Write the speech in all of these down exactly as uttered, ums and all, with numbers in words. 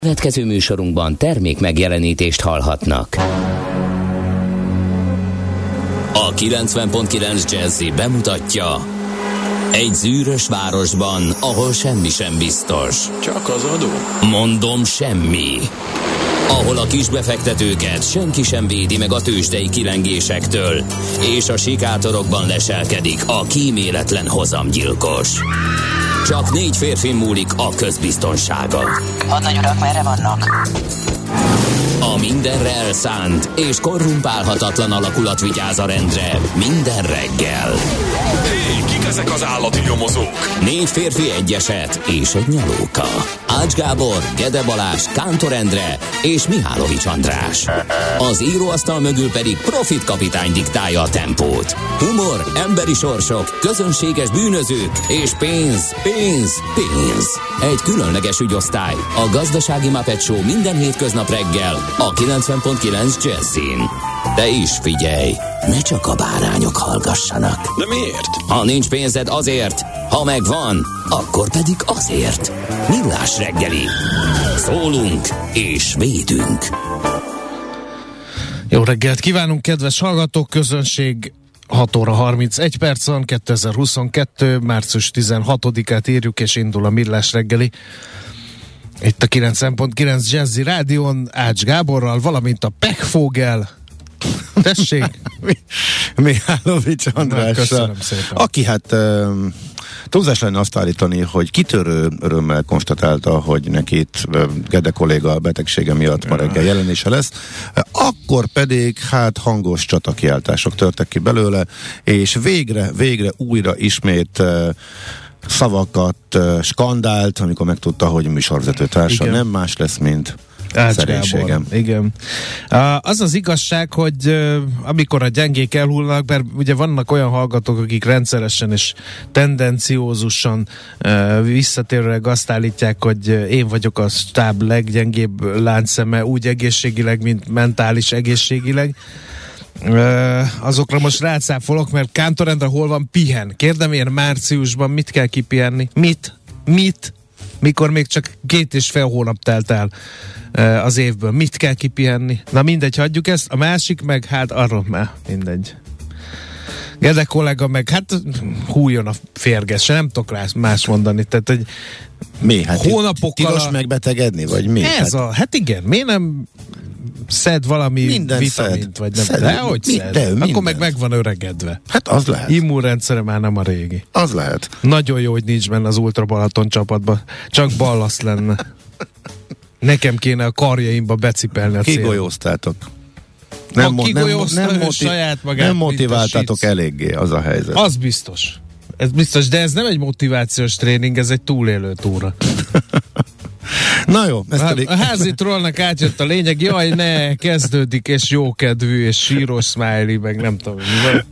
Következő műsorunkban termék megjelenítést hallhatnak. A kilencven pont kilenc Jazzy bemutatja: egy zűrös városban, ahol semmi sem biztos. Csak az adó? Mondom, semmi. Ahol a kisbefektetőket senki sem védi meg a tőzsdei kilengésektől, és a sikátorokban leselkedik a kíméletlen hozamgyilkos. Csak négy férfin múlik a közbiztonsága. Hadnagy urak, merre vannak? A mindenre elszánt és korrumpálhatatlan alakulat vigyáz a rendre minden reggel. Hé, kik ezek az állati nyomozók? Négy férfi, egy eset és egy nyalóka. Ács Gábor, Gede Balázs, Kántor Endre és Mihálovics András. Az íróasztal mögül pedig Profit kapitány diktálja a tempót. Humor, emberi sorsok, közönséges bűnözők és pénz, pénz, pénz. Egy különleges ügyosztály, a Gazdasági Muppet Show minden hétköznap reggel a kilencven pont kilenc Jazzin. De is figyelj, ne csak a bárányok hallgassanak. De miért? Ha nincs pénzed, azért, ha megvan, akkor pedig azért. Millás reggeli. Szólunk és védünk. Jó reggelt kívánunk, kedves hallgatók, közönség! hat óra harmincegy perc van, kétezer-huszonkettő. március tizenhatodikát írjuk, és indul a Millás reggeli. Itt a kilencven pont kilenc Jazzy Rádión, Ács Gáborral, valamint a Pekfogel. Tessék! Mihálovics Andrással, aki hát um, túlzás lenne azt állítani, hogy kitörő örömmel konstatálta, hogy neki itt Gede kolléga betegsége miatt ma reggel jelenése lesz. Akkor pedig hát hangos csatakiáltások törtek ki belőle, és végre, végre újra ismét uh, szavakat uh, skandált, amikor megtudta, hogy műsorvezető társa nem más lesz, mint szerénységem. Igen. Uh, az az igazság, hogy uh, amikor a gyengék elhullnak, mert ugye vannak olyan hallgatók, akik rendszeresen és tendenciózusan uh, visszatérőleg azt állítják, hogy uh, én vagyok a stáb leggyengébb láncszeme, úgy egészségileg, mint mentális egészségileg. Uh, azokra most rácáfolok, mert Kántor Endre hol van? Pihen. Kérdem én, márciusban mit kell kipihenni? Mit? Mit? Mikor még csak két és fél hónap telt el uh, az évből. Mit kell kipihenni? Na mindegy, hagyjuk ezt. A másik meg, hát arról már mindegy. Gede kollega meg, hát hújjon a férges, nem tudok rá más mondani. Tehát, hogy mi? Hát hónapokkal tilos a... megbetegedni, vagy mi? Ez hát... a, hát igen, miért nem szed valami minden vitamint, szed. vagy nem. Szed. De hogy Mi, szed? de, Akkor minden. meg meg van öregedve. Hát az lehet. Immunrendszere már nem a régi. Az lehet. Nagyon jó, hogy nincs benne az Ultra Balaton csapatban. Csak ballasz lenne. Nekem kéne a karjaimba becipelni a cél. Kigolyóztátok. Nem, ha nem, nem, motiv- saját magát, nem motiváltátok eléggé, az a helyzet. Az biztos. Ez biztos, de ez nem egy motivációs tréning, ez egy túlélő túra. Na jó, ez a, pedig... a házi trollnak átjött a lényeg, jaj ne, kezdődik, és jókedvű, és síros smiley, meg nem tudom.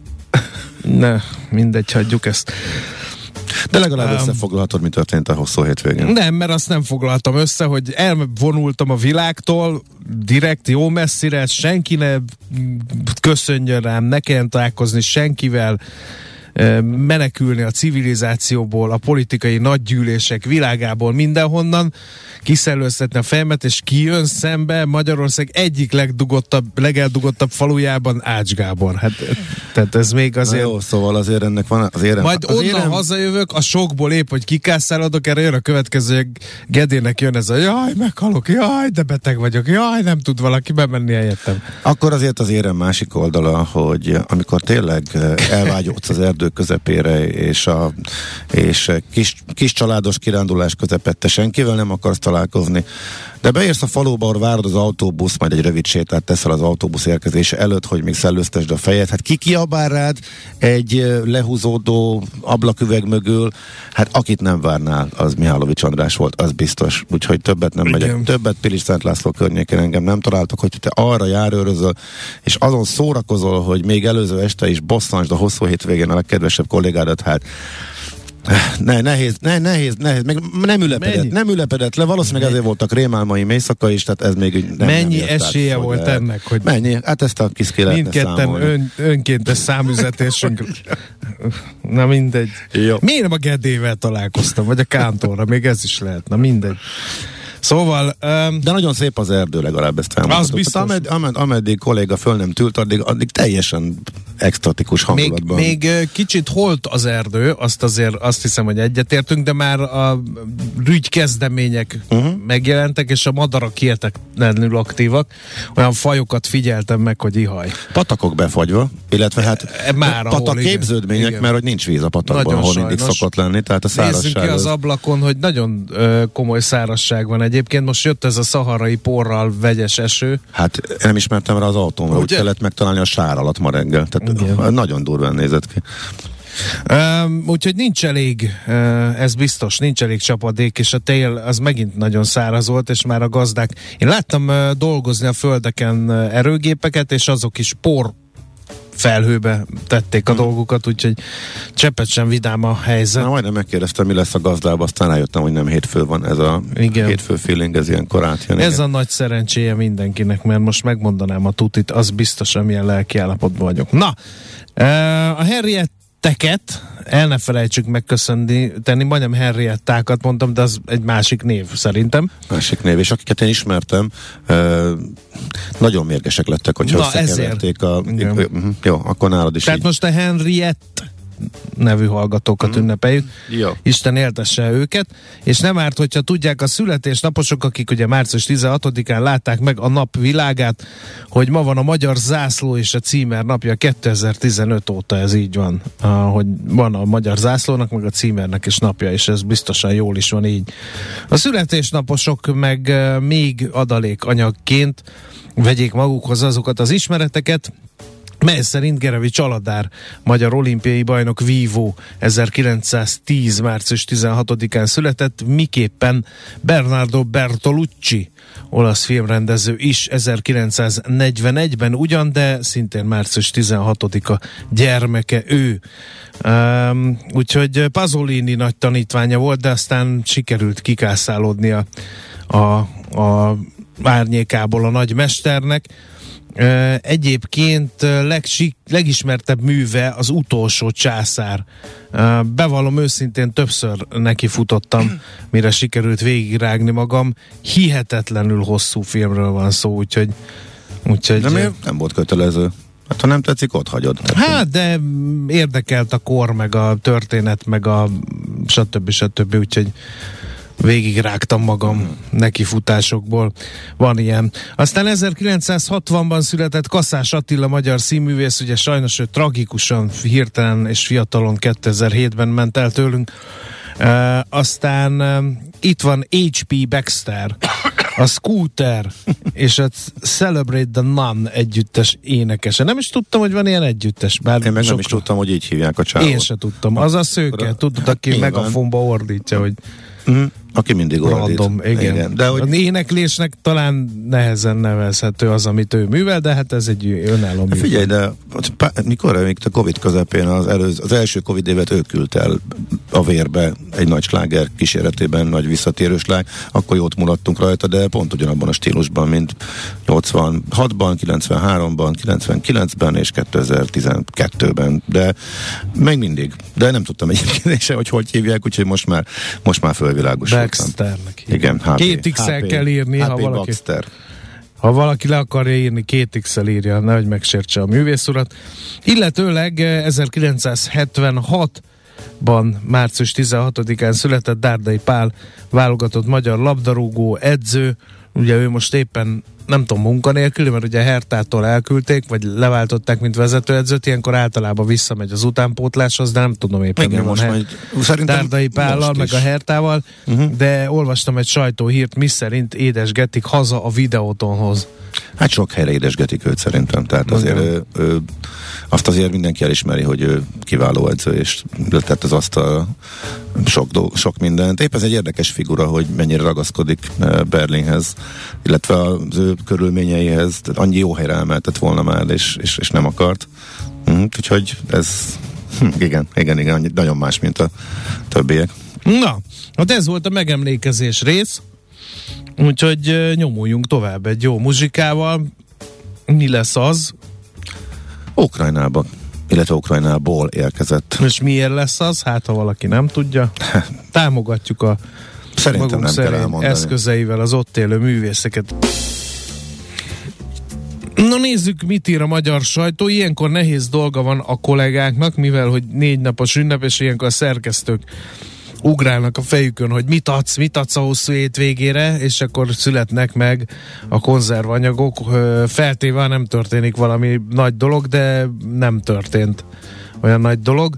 Ne, mindegy, hagyjuk ezt. De legalább um, összefoglalhatod, mi történt a hosszú hétvégén. Nem, mert azt nem foglaltam össze, hogy elvonultam a világtól, direkt jó messzire, senki ne köszönjön rám, ne kelljen találkozni senkivel, menekülni a civilizációból, a politikai nagygyűlések világából, mindenhonnan, kiszellőztetni a fejemet, és kijön szembe Magyarország egyik legdugottabb, legeldugottabb falujában Ács Gábor. Hát, tehát ez még azért... Na jó, szóval azért ennek van... Az érem, majd az onnan érem... hazajövök, a sokból épp, hogy kikászálodok, erre jön a következő, Gedének jön ez a jaj, meghalok, jaj, de beteg vagyok, jaj, nem tud valaki bemenni helyettem. Akkor azért az érem másik oldala, hogy amikor tényleg elvágyódsz az erdő közepére, és, a, és kis, kis családos kirándulás közepette senkivel nem akarsz találkozni, de beérsz a faluba, ahol várod az autóbusz, majd egy rövid sétát teszel az autóbusz érkezése előtt, hogy még szellőztesd a fejed. Hát ki kiabál rád egy lehúzódó ablaküveg mögül? Hát akit nem várnál, az Mihálovics András volt, az biztos. Úgyhogy többet nem Igen. megyek. Többet Pilis Szent László környékén engem nem találtak, hogy te arra járőrözöl, és azon szórakozol, hogy még előző este is bosszantsd a hosszú hétvégén a legkedvesebb kollégádat, hát Ne, nehéz, ne, nehéz, nehéz, meg nem ülepedett, Mennyi? nem ülepedett le, valószínűleg Mennyi? ezért voltak rémálmaim éjszaka is, tehát ez még nem, Mennyi nem esélye át, volt el. ennek, hogy mennyi? Hát ezt a kis ki lehetne mindketten ön, önkéntes számüzetésünk. Na mindegy. Jó. Miért nem a Gedével találkoztam, vagy a Kántorra, még ez is lehet, na mindegy. Szóval... Um, de nagyon szép az erdő, legalább ezt elmondhatom. Az biztos. Amed, amed, ameddig kolléga föl nem tült, addig, addig teljesen extatikus hangulatban. Még, még kicsit holt az erdő, azt azért azt hiszem, hogy egyetértünk, de már a rügy kezdemények uh-huh. megjelentek, és a madarak hihetetlenül aktívak. Olyan fajokat figyeltem meg, hogy ihaj. Patakok befagyva, illetve hát e, már patak képződmények, igen. Mert hogy nincs víz a patakban, nagyon ahol sajnos. Mindig szokott lenni, tehát a szárazság. Nézzünk ki az ablakon, hogy nagyon ö, komoly szárazság van egyébként. Most jött ez a szaharai porral vegyes eső. Hát nem ismertem rá az autómra, úgy kellett megtalálni a sár alatt ma reggel. Tehát igen. Nagyon durván nézett ki. Um, úgyhogy nincs elég, uh, ez biztos, nincs elég csapadék, és a tél az megint nagyon száraz volt, és már a gazdák, én láttam uh, dolgozni a földeken uh, erőgépeket, és azok is por felhőbe tették a hmm. dolgukat, úgyhogy cseppet sem vidám a helyzet. Na, majdnem megkérdeztem, mi lesz a gazdában, aztán rájöttem, hogy nem hétfő van, ez a igen. hétfő feeling, ez ilyen korát jön. Ez igen. a nagy szerencséje mindenkinek, mert most megmondanám a tutit, az biztos, amilyen lelki állapotban vagyok. Na, uh, a Henriette Teket, el ne felejtsük megköszönni, tenni, majdnem Henriettákat mondtam, de az egy másik név szerintem. Másik név, és akiket én ismertem, uh, nagyon mérgesek lettek, hogyha összekeverték a... Uh, jó, akkor nálad is Tehát így. Most a Henriette nevű hallgatókat mm. ünnepeljük. Jó. Isten éltesse őket, és nem árt, hogyha tudják a születésnaposok, akik ugye március tizenhatodikán látták meg a nap világát, hogy ma van a magyar zászló és a címer napja, kétezer-tizenöt óta ez így van, hogy van a magyar zászlónak, meg a címernek is napja, és ez biztosan jól is van így. A születésnaposok meg még adalékanyagként vegyék magukhoz azokat az ismereteket, mely szerint Gerevi Csaladár, magyar olimpiai bajnok vívó ezerkilencszáztíz. március tizenhatodikán született, miképpen Bernardo Bertolucci, olasz filmrendező is ezerkilencszáznegyvenegyben ugyan, de szintén március tizenhatodika gyermeke ő. Um, úgyhogy Pasolini nagy tanítványa volt, de aztán sikerült kikászálódnia a, a árnyékából a nagy mesternek. Uh, egyébként uh, legsik, legismertebb műve az Utolsó császár. Uh, bevallom őszintén, többször nekifutottam, mire sikerült végigrágni magam. Hihetetlenül hosszú filmről van szó, úgyhogy... úgyhogy de miért nem volt kötelező? Hát ha nem tetszik, ott hagyod. Hát, de érdekelt a kor, meg a történet, meg a stb. stb. Úgyhogy végigrágtam magam hmm. nekifutásokból. Van ilyen. Aztán ezerkilencszázhatvanban született Kaszás Attila, magyar színművész, ugye sajnos ő tragikusan, hirtelen és fiatalon kétezer-hétben ment el tőlünk. Uh, aztán uh, itt van há pé Baxter, a Scooter és a Celebrate the Nun együttes énekese. Nem is tudtam, hogy van ilyen együttes. Bár én meg nem is tudtam, hogy így hívják a csávot. Én se tudtam. Az a szőke, tudod, aki megafonba ordítja, hogy mm. aki mindig ordít. Random, igen. igen. De hogy... Az éneklésnek talán nehezen nevezhető az, amit ő művel, de hát ez egy önálló művel. Figyelj, de mikor, még a Covid közepén az, előz, az első Covid évet ő küldte el a vérbe egy nagy sláger kíséretében, nagy visszatérő slág, akkor jót mulattunk rajta, de pont ugyanabban a stílusban, mint nyolcvanhatban, kilencvenháromban, kilencvenkilencben és kétezer-tizenkettőben, de még mindig. De nem tudtam egyébként se, hogy hogy hívják, úgyhogy most már, most már fölvilágos. Baxternek. Igen, há pé. Két X-el kell írni, ha valaki, Baxter. ha valaki le akarja írni, két X-el írja, nehogy megsértse a művész urat. Illetőleg ezerkilencszázhetvenhatban március tizenhatodikán született Dárdai Pál, válogatott magyar labdarúgó, edző. Ugye ő most éppen nem tudom, munkanélkül, mert ugye Hertától elküldték, vagy leváltották, mint vezetőedzőt, ilyenkor általában visszamegy az utánpótláshoz, de nem tudom éppen, igen, most majd, Dárdai Pállal, meg a Hertával, uh-huh. de olvastam egy sajtóhírt, miszerint édesgetik haza a videótonhoz. Hát sok helyre édesgetik őt szerintem, tehát azért ő, ő, azt azért mindenki elismeri, hogy ő kiváló edző, és tehát az azt a sok, do, sok mindent. Épp ez egy érdekes figura, hogy mennyire ragaszkodik Berlinhez, illetve az ő körülményeihez, tehát annyi jó helyre elmehetett volna már, és, és, és nem akart. Hm, úgyhogy ez hm, igen, igen, igen, nagyon más, mint a többiek. Na, hát ez volt a megemlékezés rész, úgyhogy uh, nyomuljunk tovább egy jó muzsikával. Mi lesz az? Ukrajnába, illetve Ukrajnából érkezett. És miért lesz az? Hát, ha valaki nem tudja. Támogatjuk a Szerintem nem kell elmondani. Eszközeivel az ott élő művészeket. Na nézzük, mit ír a magyar sajtó. Ilyenkor nehéz dolga van a kollégáknak, mivel hogy négy napos ünnep, és ilyenkor a szerkesztők ugrálnak a fejükön, hogy mit adsz, mit adsz a hosszú hétvégére, és akkor születnek meg a konzervanyagok. Feltéve nem történik valami nagy dolog, de nem történt olyan nagy dolog.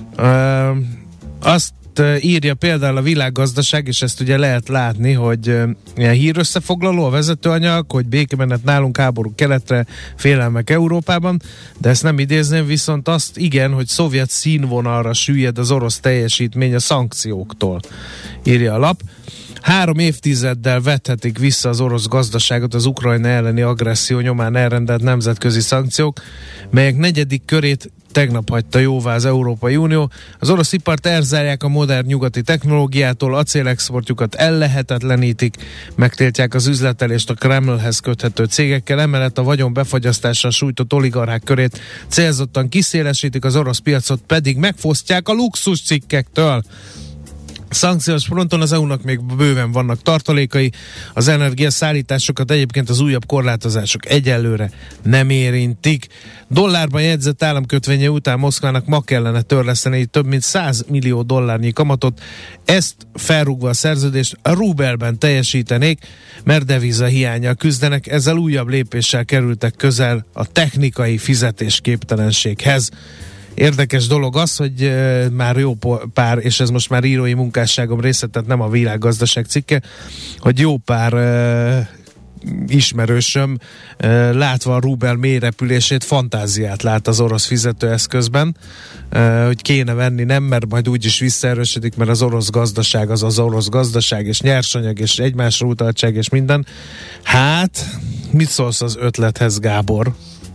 Azt írja például a Világgazdaság, és ezt ugye lehet látni, hogy ilyen hírösszefoglaló a vezetőanyag, hogy békemenet nálunk, háború keletre, félelmek Európában, de ezt nem idézném, viszont azt igen, hogy szovjet színvonalra süllyed az orosz teljesítmény a szankcióktól, írja a lap. Három évtizeddel vethetik vissza az orosz gazdaságot az Ukrajna elleni agresszió nyomán elrendelt nemzetközi szankciók, melyek negyedik körét tegnap hagyta jóvá az Európai Unió. Az orosz ipart elzárják a modern nyugati technológiától, acélexportjukat ellehetetlenítik, megtiltják az üzletelést a Kremlhez köthető cégekkel, emellett a vagyon befagyasztásra sújtott oligarchák körét célzottan kiszélesítik, az orosz piacot pedig megfosztják a luxus cikkektől. Szankciós fronton az é u-nak még bőven vannak tartalékai, az energiaszállításokat egyébként az újabb korlátozások egyelőre nem érintik. Dollárban jegyzett államkötvénye után Moszkvának ma kellene törleszteni több mint száz millió dollárnyi kamatot, ezt felrúgva a szerződést a rubelben teljesítenék, mert deviza hiánnyal küzdenek, ezzel újabb lépéssel kerültek közel a technikai fizetésképtelenséghez. Érdekes dolog az, hogy uh, már jó pár, és ez most már írói munkásságom része, tehát nem a Világgazdaság cikke, hogy jó pár uh, ismerősöm uh, látva a rubel mélyrepülését fantáziát lát az orosz fizetőeszközben, uh, hogy kéne venni, nem, mert majd úgyis visszaerősödik, mert az orosz gazdaság az az orosz gazdaság, és nyersanyag, és egymásra utaltság, és minden. Hát, mit szólsz az ötlethez, Gábor?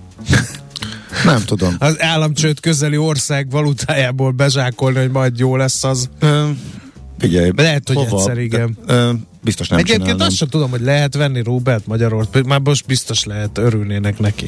Nem tudom. Az államcsőd közeli ország valutájából bezsákolni, hogy majd jó lesz az. Ö, figyelj. Lehet, hogy hova? egyszer, igen. Ö, biztos nem Egyébként csinálnám. azt sem tudom, hogy lehet venni rubelt Magyarországon. Már most biztos lehet, örülnének neki.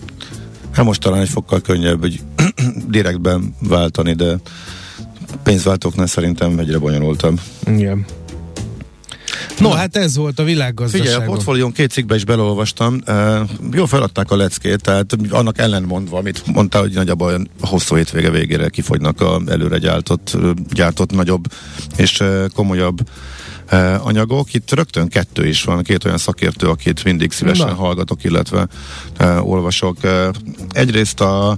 Hát most talán egy fokkal könnyebb, hogy direktben váltani, de pénzváltóknál szerintem egyre bonyolultabb. Igen. No, Na, hát ez volt a Világgazdaságon. Figyelj, a portfólión két cikkbe is belolvastam, uh, jól feladták a leckét, tehát annak ellenmondva, amit mondtál, hogy nagyjából a hosszú hétvége végére kifogynak a előre gyártott, gyártott nagyobb és uh, komolyabb uh, anyagok. Itt rögtön kettő is van, két olyan szakértő, akit mindig szívesen Na. hallgatok, illetve uh, olvasok. Uh, egyrészt a,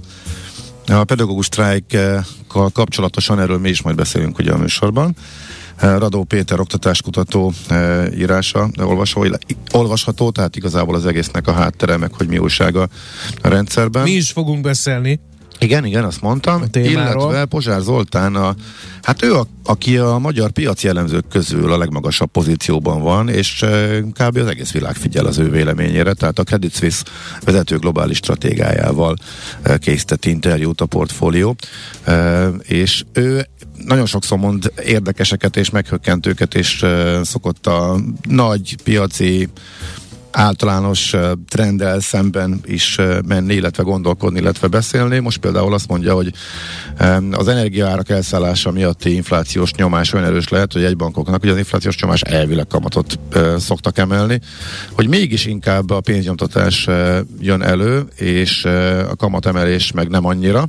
a pedagógus sztrájkkal kapcsolatosan, erről mi is majd beszélünk ugye a műsorban, Radó Péter oktatáskutató e, írása, olvasó, olvasható, tehát igazából az egésznek a háttere, meg hogy mi újsága a rendszerben. Mi is fogunk beszélni. Igen, igen, azt mondtam. Illetve Pozsár Zoltán, a, hát ő, a, aki a magyar piaci jellemzők közül a legmagasabb pozícióban van, és e, kb. Az egész világ figyel az ő véleményére, tehát a Credit Suisse vezető globális stratégiájával e, készített interjút a portfólió, e, és ő nagyon sokszor mond érdekeseket és meghökkentőket, és uh, szokott a nagy piaci általános uh, trenddel szemben is uh, menni, illetve gondolkodni, illetve beszélni. Most például azt mondja, hogy um, az energiaárak elszállása miatti inflációs nyomás olyan erős lehet, hogy egybankoknak, hogy az inflációs nyomás elvileg kamatot uh, szoktak emelni, hogy mégis inkább a pénznyomtatás uh, jön elő, és uh, a kamatemelés meg nem annyira,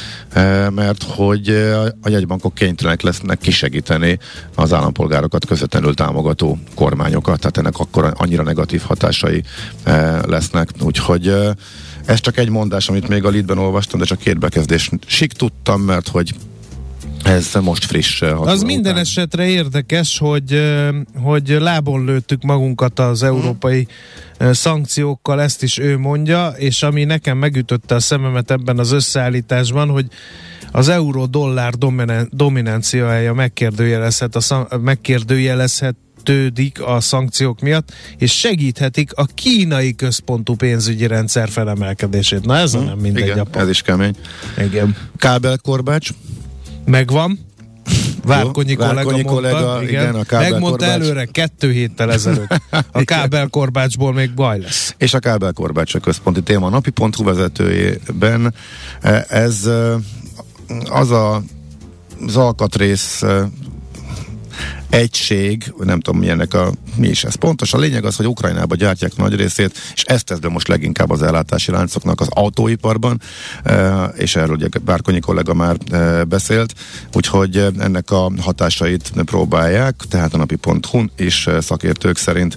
mert hogy a jegybankok kénytelenek lesznek kisegíteni az állampolgárokat közvetlenül támogató kormányokat, tehát ennek akkor annyira negatív hatásai lesznek, úgyhogy ez csak egy mondás, amit még a leadben olvastam, de csak két bekezdésig tudtam, mert hogy ez most friss. Az minden után. Esetre érdekes, hogy, hogy lábon lőttük magunkat az európai hmm. szankciókkal, ezt is ő mondja, és ami nekem megütötte a szememet ebben az összeállításban, hogy az euró-dollár dominanciája megkérdőjelezhet a szan- megkérdőjelezhet tődik a szankciók miatt, és segíthetik a kínai központú pénzügyi rendszer felemelkedését. Na ez hmm. nem mindegy. Igen, apa. Ez is kemény. Igen. Kábelkorbács. Megvan. Várkonyi kollega mondta, kollega, igen, igen, a megmondta előre kettő héttel ezelőtt. A kábelkorbácsból még baj lesz. És a kábelkorbács a központi téma a napi pont hu vezetőjében. Ez az a, az alkatrész egység, nem tudom milyennek a, mi is ez pontos. A lényeg az, hogy Ukrajnába gyártják a nagy részét, és ezt tesz be most leginkább az ellátási láncoknak az autóiparban, és erről ugye Bárkonyi kollega már beszélt, úgyhogy ennek a hatásait próbálják, tehát a napi pont hu és szakértők szerint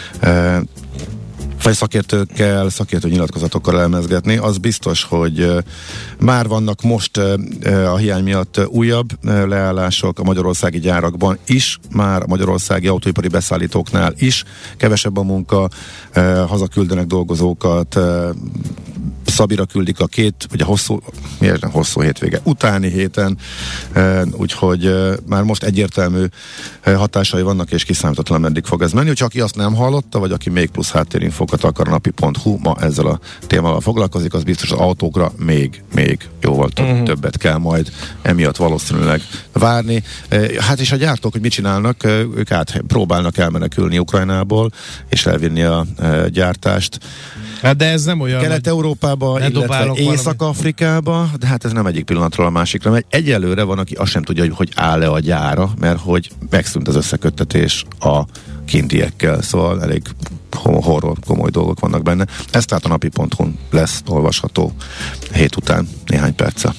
vagy szakértőkkel, szakértő nyilatkozatokkal elemezgetni. Az biztos, hogy uh, már vannak most uh, a hiány miatt uh, újabb uh, leállások a magyarországi gyárakban is, már a magyarországi autóipari beszállítóknál is kevesebb a munka, uh, hazaküldenek dolgozókat, uh, Szabira küldik a két, ugye hosszú, miért nem hosszú hétvége, utáni héten, uh, úgyhogy uh, már most egyértelmű uh, hatásai vannak, és kiszámítatlan meddig fog ez menni. Úgyhogy aki azt nem hallotta, vagy aki még plusz háttérinfokat akar, napi pont hu ma ezzel a témával foglalkozik, az biztos az autókra még, még jóval több, uh-huh. többet kell majd emiatt valószínűleg várni. Uh, hát és a gyártók, hogy mit csinálnak, uh, ők át próbálnak elmenekülni Ukrajnából, és elvinni a uh, gyártást. Hát de ez nem olyan, Kelet-Európába, illetve Észak-Afrikába, de hát ez nem egyik pillanatról a másikra megy. Egyelőre van, aki azt sem tudja, hogy, hogy áll-e a gyára, mert hogy megszűnt az összeköttetés a kintiekkel, szóval elég horror, komoly dolgok vannak benne. Ez tehát a napi pont hu lesz olvasható hét után néhány perccel.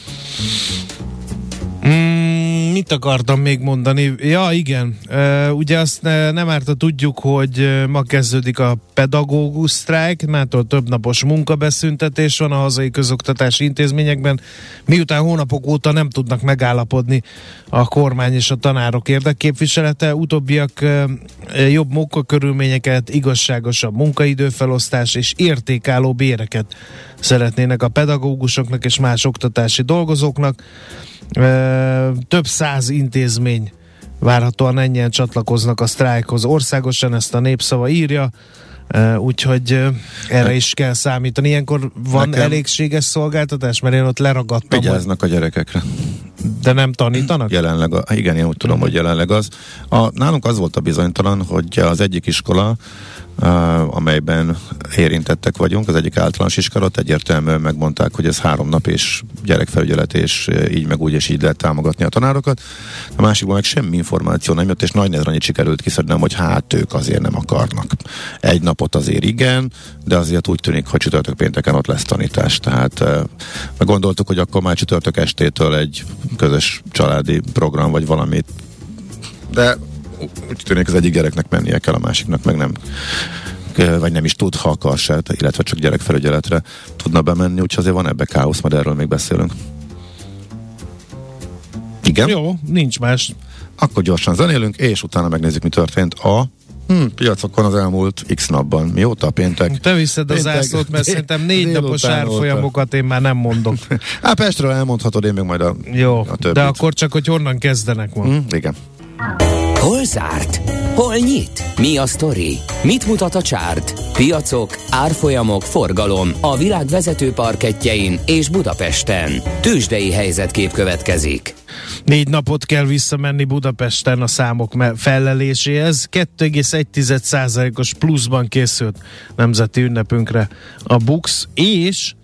Mm, mit akartam még mondani? Ja, igen. Uh, ugye azt ne, nem árt, tudjuk, hogy uh, ma kezdődik a pedagógus sztrájk, mától több napos munkabeszüntetés van a hazai közoktatási intézményekben, miután hónapok óta nem tudnak megállapodni a kormány és a tanárok érdekképviselete. Utóbbiak uh, jobb munkakörülményeket, igazságosabb munkaidőfelosztás és értékálló béreket szeretnének a pedagógusoknak és más oktatási dolgozóknak. Több száz intézmény várhatóan ennyien csatlakoznak a sztrájkhoz. Országosan ezt a Népszava írja, úgyhogy erre is kell számítani. Ilyenkor van Nekem elégséges szolgáltatás, mert én ott leragadtam. Vigyáznak a gyerekekre. De nem tanítanak? Jelenleg, a, igen, én úgy tudom, uh-huh. hogy jelenleg az. A, nálunk az volt a bizonytalan, hogy az egyik iskola, Uh, amelyben érintettek vagyunk, az egyik általános iskolát egyértelműen megmondták, hogy ez három nap és gyerekfelügyelet, és uh, így meg úgy, és így lehet támogatni a tanárokat. A másikban meg semmi információ nem jött, és nagy nehezen annyit sikerült kiszednem, hogy hát ők azért nem akarnak. Egy napot azért igen, de azért úgy tűnik, hogy csütörtök pénteken ott lesz tanítás. Tehát uh, meg gondoltuk, hogy akkor már csütörtök estétől egy közös családi program, vagy valamit, de úgy tűnik, az egyik gyereknek mennie kell, a másiknak meg nem, vagy nem is tud, ha akar se, illetve csak gyerekfelügyeletre tudna bemenni, úgyhogy azért van ebbe káosz, majd erről még beszélünk. Igen? Jó, nincs más. Akkor gyorsan zenélünk, és utána megnézzük, mi történt a hmm, piacokon az elmúlt x napban. Mióta péntek? Te viszed az zászlót, mert szerintem négy napos árfolyamokat én már nem mondok. Hát Pestről elmondhatod, én meg majd a, Jó, a többit. De akkor csak, hogy honnan kezdenek ma. Hmm, igen. Hol zárt? Hol nyit? Mi a sztori? Mit mutat a csárt? Piacok, árfolyamok, forgalom a világ vezető parkettjein és Budapesten. Tőzsdei helyzetkép következik. Négy napot kell visszamenni Budapesten a számok felleléséhez. kettő egész egy százalékos pluszban készült nemzeti ünnepünkre a BUX, és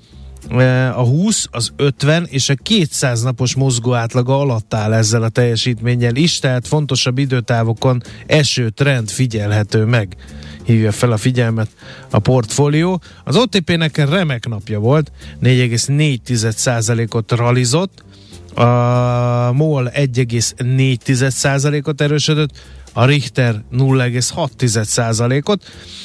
a húsz, az ötven és a kétszáz napos mozgó átlaga alatt áll ezzel a teljesítménnyel is, tehát fontosabb időtávokon eső trend figyelhető meg. Hívja fel a figyelmet a portfólió. Az o té pé-nek remek napja volt, négy egész négy százalékot ralizott, a MOL egy egész négy százalékot erősödött, a Richter nulla egész hat százalékot,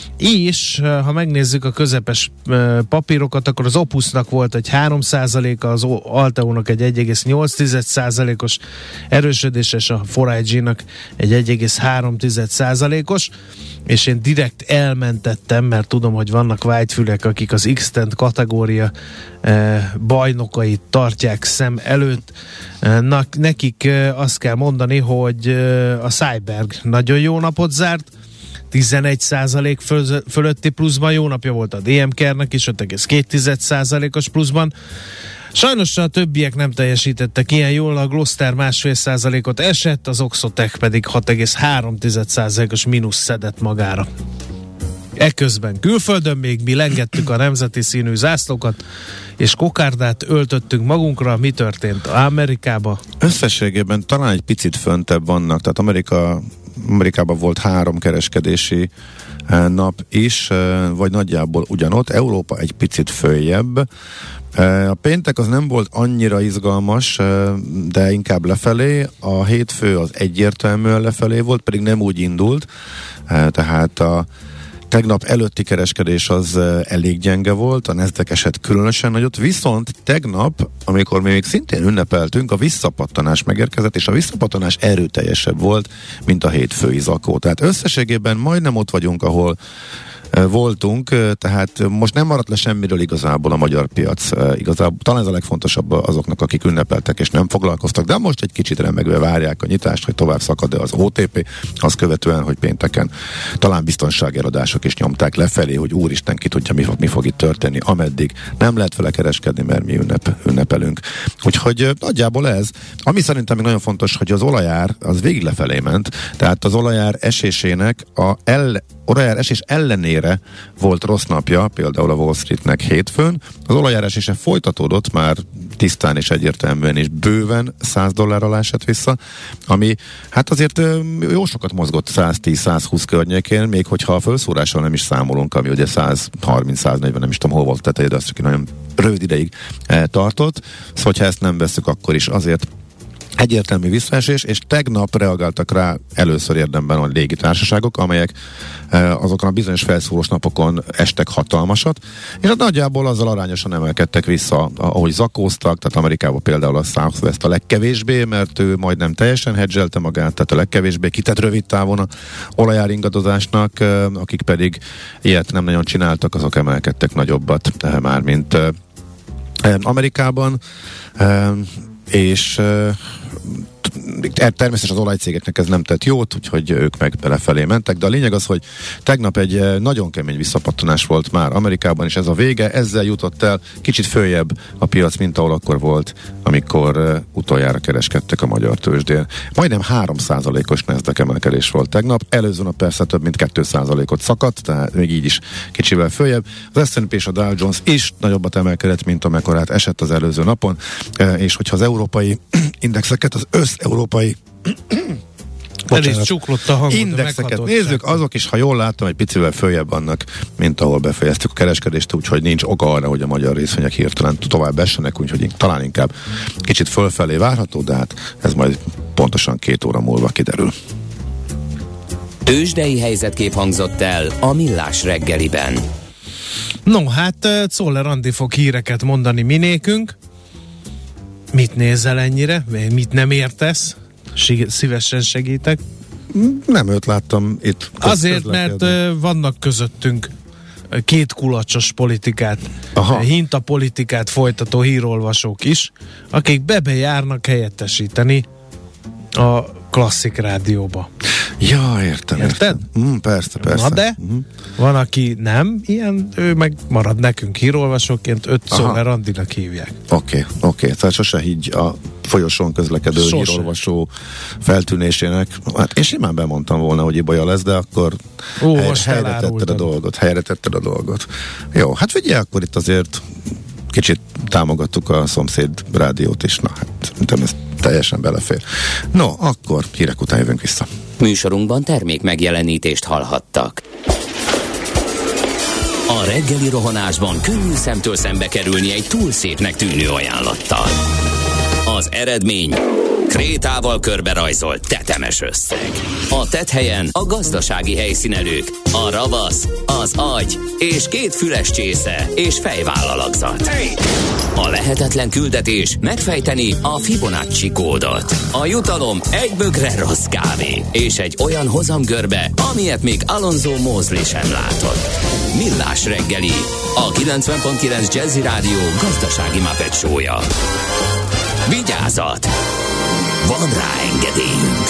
és ha megnézzük a közepes papírokat, akkor az Opusnak volt egy három százaléka, az Alteónak egy egy egész nyolc százalékos erősödés, és a négy i gé-nak egy egy egész három százalékos, és én direkt elmentettem, mert tudom, hogy vannak vágyfülek, akik az X-Tent kategória eh, bajnokait tartják szem előtt. Eh, na, nekik eh, azt kell mondani, hogy eh, a Cyberg nagyon jó napot zárt, tizenegy százalék föl, fölötti pluszban, jó napja volt a dé em ká-nek is, öt egész két százalékos pluszban. Sajnos a többiek nem teljesítettek ilyen jól, a Gloster másfél százalékot esett, az Oxotec pedig hat egész három százalékos mínusz szedett magára. Eközben külföldön még mi lengettük a nemzeti színű zászlókat, és kokárdát öltöttünk magunkra. Mi történt Amerikába? Összességében talán egy picit föntebb vannak, tehát Amerika Amerikában volt három kereskedési nap is, vagy nagyjából ugyanott, Európa egy picit följebb. A péntek az nem volt annyira izgalmas, de inkább lefelé, a hétfő az egyértelműen lefelé volt, pedig nem úgy indult, tehát a tegnap előtti kereskedés az elég gyenge volt, a Nasdaq eset különösen nagyot, viszont tegnap, amikor még szintén ünnepeltünk, a visszapattanás megérkezett, és a visszapattanás erőteljesebb volt, mint a hétfői zakó. Tehát összességében majdnem ott vagyunk, ahol voltunk, tehát most nem maradt le semmiről igazából a magyar piac. Igazából talán ez a legfontosabb azoknak, akik ünnepeltek és nem foglalkoztak, de most egy kicsit remegve várják a nyitást, hogy tovább szakad-e az o té pé, azt követően, hogy pénteken talán biztonsági eladások is nyomták lefelé, hogy úristen, ki tudja, mi fog, mi fog itt történni, ameddig nem lehet vele kereskedni, mert mi ünnep, ünnepelünk. Úgyhogy nagyjából ez. Ami szerintem még nagyon fontos, hogy az olajár az végig lefelé ment, tehát az olajár esésének a el olajár esés ellenére volt rossz napja, például a Wall Streetnek hétfőn. Az olajár esése folytatódott már tisztán és egyértelműen és bőven száz dollár alá esett vissza, ami hát azért jó sokat mozgott száztíz-százhúsz környékén, még hogyha a felszórással nem is számolunk, ami ugye százharminc-száznegyven, nem is tudom hol volt teteje, de azt csak nagyon rövid ideig tartott. Szóval, ha ezt nem veszük, akkor is azért egyértelmű visszaesés, és tegnap reagáltak rá először érdemben a légitársaságok, amelyek e, azokon a bizonyos felszólós napokon estek hatalmasat, és hát nagyjából azzal arányosan emelkedtek vissza, ahogy zakóztak, tehát Amerikában például a Southwest a legkevésbé, mert ő majdnem teljesen hedgelte magát, tehát a legkevésbé kitett rövid távon a olajár ingadozásnak, e, akik pedig ilyet nem nagyon csináltak, azok emelkedtek nagyobbat, e, már mint e, Amerikában, e, és e, természetesen az olajcégeknek ez nem tett jót, úgyhogy ők meg belefelé mentek, de a lényeg az, hogy tegnap egy nagyon kemény visszapattanás volt már Amerikában, és ez a vége, ezzel jutott el kicsit följebb a piac, mint ahol akkor volt, amikor utoljára kereskedtek a magyar tőzsdén. Majdnem három százalékos Nasdaq emelkedés volt tegnap, előző nap persze több mint két százalékot szakadt, tehát még így is kicsivel följebb. Az es and pé és a Dow Jones is nagyobbat emelkedett, mint amekkorát esett az előző napon, és hogyha az európai indexeket, az össz-európai el is csuklott a hangod, indexeket nézzük, azok is, ha jól látom, egy picivel följebb vannak, mint ahol befejeztük a kereskedést, úgyhogy nincs oka arra, hogy a magyar részvények hirtelen tovább essenek, úgyhogy talán inkább kicsit fölfelé várható, de hát ez majd pontosan két óra múlva kiderül. Tőzsdei helyzetkép hangzott el a Millás reggeliben. No, hát Czoller Andi fog híreket mondani minékünk. Mit nézel ennyire? Mit nem értesz? Szívesen segítek. Nem őt láttam itt. Azért, mert uh, vannak közöttünk két kulacsos politikát, Aha. hintapolitikát folytató hírolvasók is, akik bebejárnak helyettesíteni a klasszik rádióba. Ja, értem. Érted? Mm, persze, persze. Na de, mm. van, aki nem ilyen, ő meg marad nekünk hírolvasóként, öt Czoller Andinak hívják. Oké, okay, oké. Okay. Tehát sose higgy a folyosón közlekedő sose. hírolvasó feltűnésének. Hát én simán bemondtam volna, hogy ibolya lesz, de akkor Ó, hely, helyre tetted a dolgot. Helyre tetted a dolgot. Jó, hát figyelj, akkor itt azért kicsit támogattuk a szomszéd rádiót is. Na, hát nem ez teljesen belefér. No, akkor hírek után jövünk vissza. Műsorunkban termék megjelenítést hallhattak. A reggeli rohanásban könnyű szemtől szembe kerülni egy túl szépnek tűnő ajánlattal. Az eredmény krétával körberajzolt tetemes összeg. A tetthelyen a gazdasági helyszínelők, a ravasz, az agy és két füles csésze és fejvállalakzat. A lehetetlen küldetés megfejteni a Fibonacci kódot. A jutalom egy bögre rossz kávé és egy olyan hozamgörbe, amilyet még Alonso Mosley sem látott. Millás reggeli, a kilencven pont kilenc Jazzy Rádió gazdasági Muppet show-ja. Vigyázat! Van rá engedélyünk!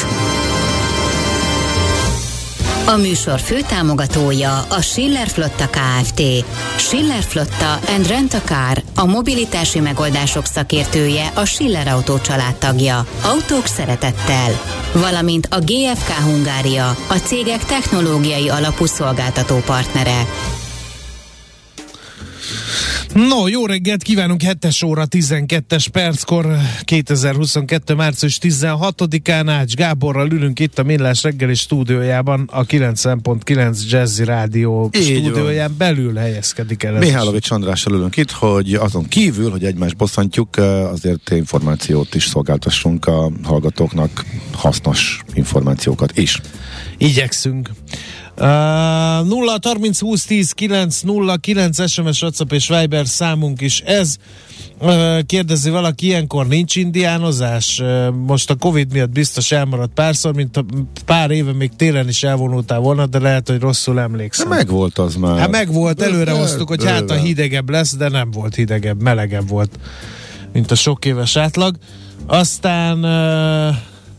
A műsor főtámogatója a Schiller Flotta Kft. Schiller Flotta and Rent a Car, a mobilitási megoldások szakértője, a Schiller Autó családtagja. Autók szeretettel. Valamint a gé ef ká Hungária, a cégek technológiai alapú szolgáltató partnere. No, jó reggelt kívánunk, hetes óra tizenkettes perckor, kétezer-huszonkettő. március tizenhatodikán Ács Gáborral ülünk itt a Millás reggeli stúdiójában, a kilencven pont kilenc Jazzy Rádió stúdióján belül helyezkedik el. Mihálovics Andrással ülünk itt, hogy azon kívül, hogy egymást bosszantjuk, azért információt is szolgáltassunk a hallgatóknak, hasznos információkat is. Igyekszünk. Uh, nulla harminc húsz tíz kilenc nulla kilenc es em es, WhatsApp és Viber számunk is ez. Uh, kérdezi valaki, ilyenkor nincs indiánozás? Uh, most a Covid miatt biztos elmaradt párszor, mint a pár éve még télen is elvonultál volna, de lehet, hogy rosszul emlékszem. De megvolt az már. Hát megvolt, előrehoztuk, hogy hát a hidegebb lesz, de nem volt hidegebb, melegebb volt, mint a sok éves átlag. Aztán uh,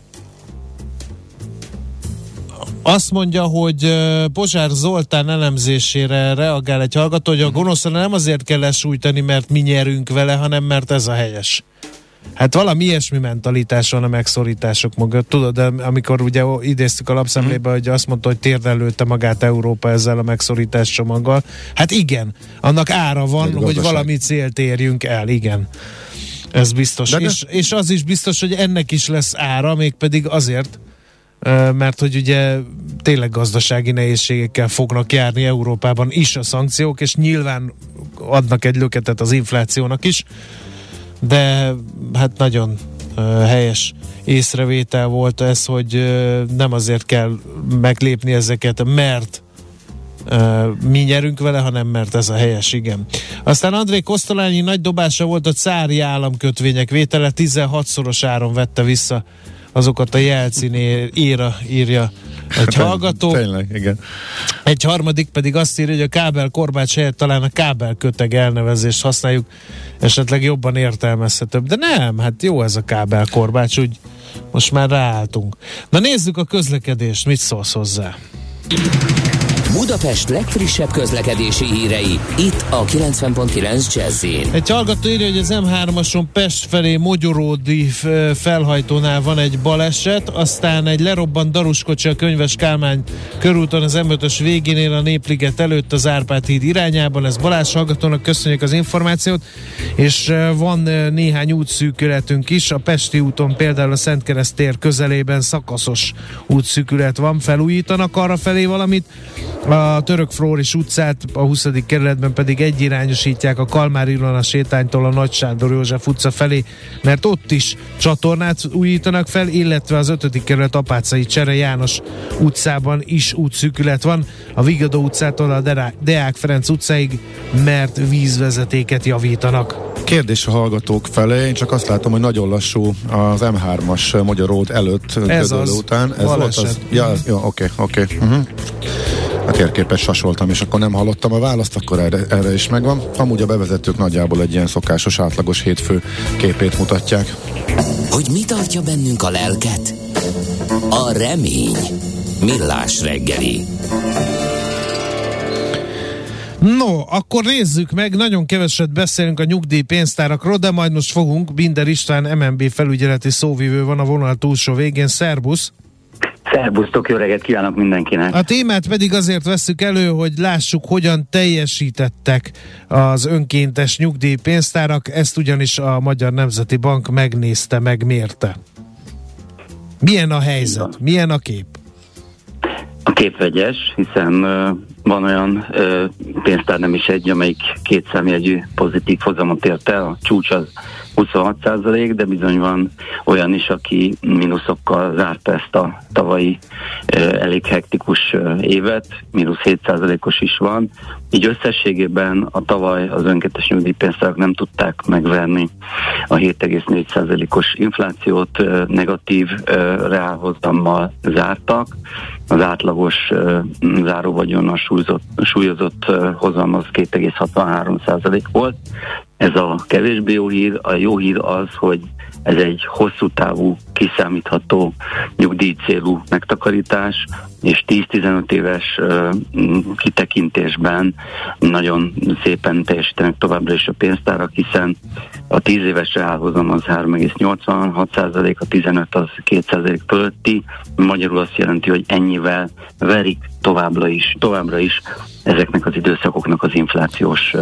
azt mondja, hogy Pozsár Zoltán elemzésére reagál egy hallgató, hogy a gonoszra nem azért kell lesújtani, mert mi nyerünk vele, hanem mert ez a helyes. Hát valami ilyesmi mentalitás van a megszorítások mögött. Tudod, de amikor ugye idéztük a lapszemlébe, hogy azt mondta, hogy térdelőtte magát Európa ezzel a megszorítás csomaggal. Hát igen, annak ára van, hogy valami célt érjünk el, igen. Ez biztos. De és, és az is biztos, hogy ennek is lesz ára, mégpedig azért, mert hogy ugye tényleg gazdasági nehézségekkel fognak járni Európában is a szankciók, és nyilván adnak egy löketet az inflációnak is, de hát nagyon uh, helyes észrevétel volt ez, hogy uh, nem azért kell meglépni ezeket, mert uh, mi nyerünk vele, hanem mert ez a helyes, igen. Aztán André Kosztolányi nagy dobása volt a cári államkötvények vétele, tizenhatszoros áron vette vissza azokat a Jelcin éra, írja egy hallgató. Tényleg, igen. Egy harmadik pedig azt írja, hogy a kábelkorbács helyett talán a kábelköteg elnevezést használjuk, esetleg jobban értelmezhetőbb. De nem, hát jó ez a kábelkorbács, úgy most már ráálltunk. Na nézzük a közlekedést, mit szólsz hozzá? Budapest legfrissebb közlekedési hírei, itt a kilencven pont kilenc Jazz-in. Egy hallgató írja, hogy az em hármason Pest felé Mogyoródi felhajtónál van egy baleset, aztán egy lerobbant daruskocsi a Könyves Kálmán körúton az em ötös végénél a Népliget előtt az Árpád híd irányában. Ez Balázs hallgatónak, köszönjük az információt, és van néhány útszűkületünk is. A Pesti úton például a Szentkereszt tér közelében szakaszos útszűkület van, felújítanak arra felé valamit. A Török Flóris utcát, a huszadik kerületben pedig egyirányosítják a Kalmár Ilona sétánytól a Nagy Sándor József utca felé, mert ott is csatornát újítanak fel, illetve az ötödik kerület Apáczai Csere János utcában is útszűkület van, a Vigadó utcától a Deák Ferenc utcáig, mert vízvezetéket javítanak. Kérdés a hallgatók felé, én csak azt látom, hogy nagyon lassú az em hármas Magyar Road előtt, ez az, után. Ez volt az? Ja, jó, oké, oké. Uh-huh. A térképet sasoltam, és akkor nem hallottam a választ, akkor erre, erre is megvan. Amúgy a bevezetők nagyjából egy ilyen szokásos, átlagos hétfő képét mutatják. Hogy mi tartja bennünk a lelket? A remény. Millás reggeli. No, akkor nézzük meg, nagyon keveset beszélünk a nyugdíjpénztárakról, de majd most fogunk. Binder István em en bé felügyeleti szóvivő van a vonal túlsó végén. Szerbusz! Szerbusztok, jó reggelt kívánok mindenkinek! A témát pedig azért vesszük elő, hogy lássuk, hogyan teljesítettek az önkéntes nyugdíjpénztárak, ezt ugyanis a Magyar Nemzeti Bank megnézte, megmérte. Milyen a helyzet? Milyen a kép? A kép vegyes, hiszen uh, van olyan uh, pénztár nem is egy, amelyik két számjegyű pozitív hozamot ért el, a csúcs az huszonhat százalék, de bizony van olyan is, aki mínuszokkal zárta ezt a tavalyi uh, elég hektikus uh, évet, mínusz hét százalékos is van. Így összességében a tavaly az önkéntes nyugdíjpénztárak nem tudták megverni a hét egész négy százalékos inflációt, uh, negatív uh, reálhozammal zártak. Az átlagos uh, záróvagyonnal súlyozott, súlyozott uh, hozam az két egész hatvanhárom százalék volt. Ez a kevésbé jó hír. A jó hír az, hogy ez egy hosszú távú, kiszámítható nyugdíjcélú megtakarítás, és tíz-tizenöt éves uh, kitekintésben nagyon szépen teljesítenek továbbra is a pénztárak, hiszen a tíz éves reálhozam az három egész nyolcvanhat százalék, a tizenöt az két százalék fölötti, magyarul azt jelenti, hogy ennyivel verik továbbra is, továbbra is ezeknek az időszakoknak az inflációs uh,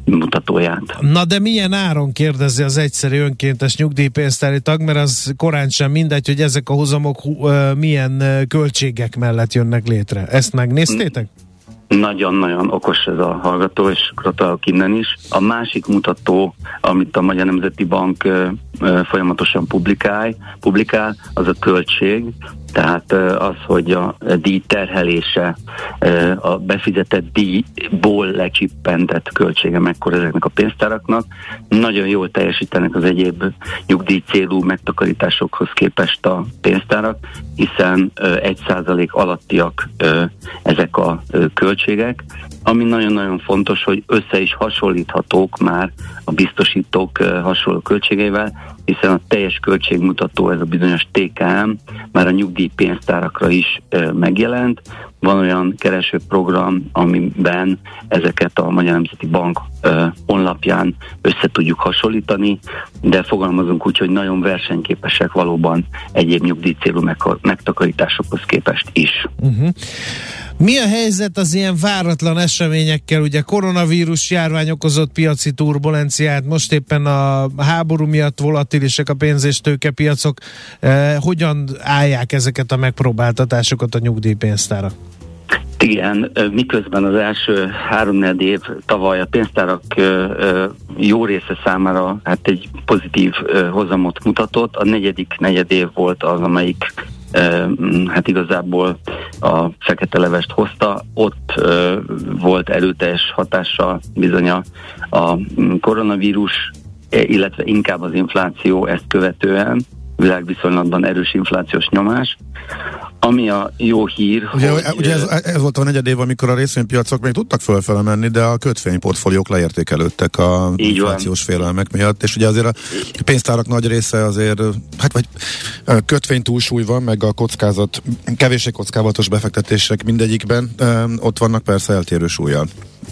mutatóját. Na de milyen áron, kérdezi az egyszerű önkéntes nyugdíjpénztári tag, mert az korán sem mindegy, hogy ezek a hozamok uh, milyen uh, költségek mellett jönnek létre. Ezt megnéztétek? Nagyon-nagyon okos ez a hallgató, és gratulálok innen is. A másik mutató, amit a Magyar Nemzeti Bank ö, ö, folyamatosan publikál, publikál, az a költség. Tehát az, hogy a díj terhelése, a befizetett díjból lecsippentett költsége mekkora ezeknek a pénztáraknak. Nagyon jól teljesítenek az egyéb nyugdíj célú megtakarításokhoz képest a pénztárak, hiszen egy százalék alattiak ezek a költségek, ami nagyon-nagyon fontos, hogy össze is hasonlíthatók már a biztosítók hasonló költségeivel, hiszen a teljes költségmutató, ez a bizonyos té ká em már a nyugdíjpénztárakra is e, megjelent. Van olyan keresőprogram, amiben ezeket a Magyar Nemzeti Bank e, honlapján össze tudjuk hasonlítani, de fogalmazunk úgy, hogy nagyon versenyképesek valóban egyéb nyugdíjcélú meg- megtakarításokhoz képest is. Uh-huh. Mi a helyzet az ilyen váratlan eseményekkel? Ugye koronavírus járvány okozott piaci turbulenciát, most éppen a háború miatt volatilisek a pénz- és tőkepiacok. Eh, hogyan állják ezeket a megpróbáltatásokat a nyugdíjpénztárak? Igen, miközben az első három-négy év tavaly a pénztárak jó része számára hát egy pozitív hozamot mutatott, a negyedik negyed év volt az, amelyik hát igazából a fekete levest hozta, ott volt erőteljes hatással bizony a, a koronavírus, illetve inkább az infláció ezt követően, világviszonylatban erős inflációs nyomás. Ami a jó hír, ugye, hogy... Ugye ez, ez volt a negyed év, amikor a részvénypiacok még tudtak fölfele menni, de a kötvényportfóliók leértékelődtek a inflációs félelmek miatt, és ugye azért a pénztárak nagy része azért, hát vagy kötvénytúlsúly van, meg a kockázat, kevéssé kockázatos befektetések mindegyikben, ott vannak persze eltérő súllyal.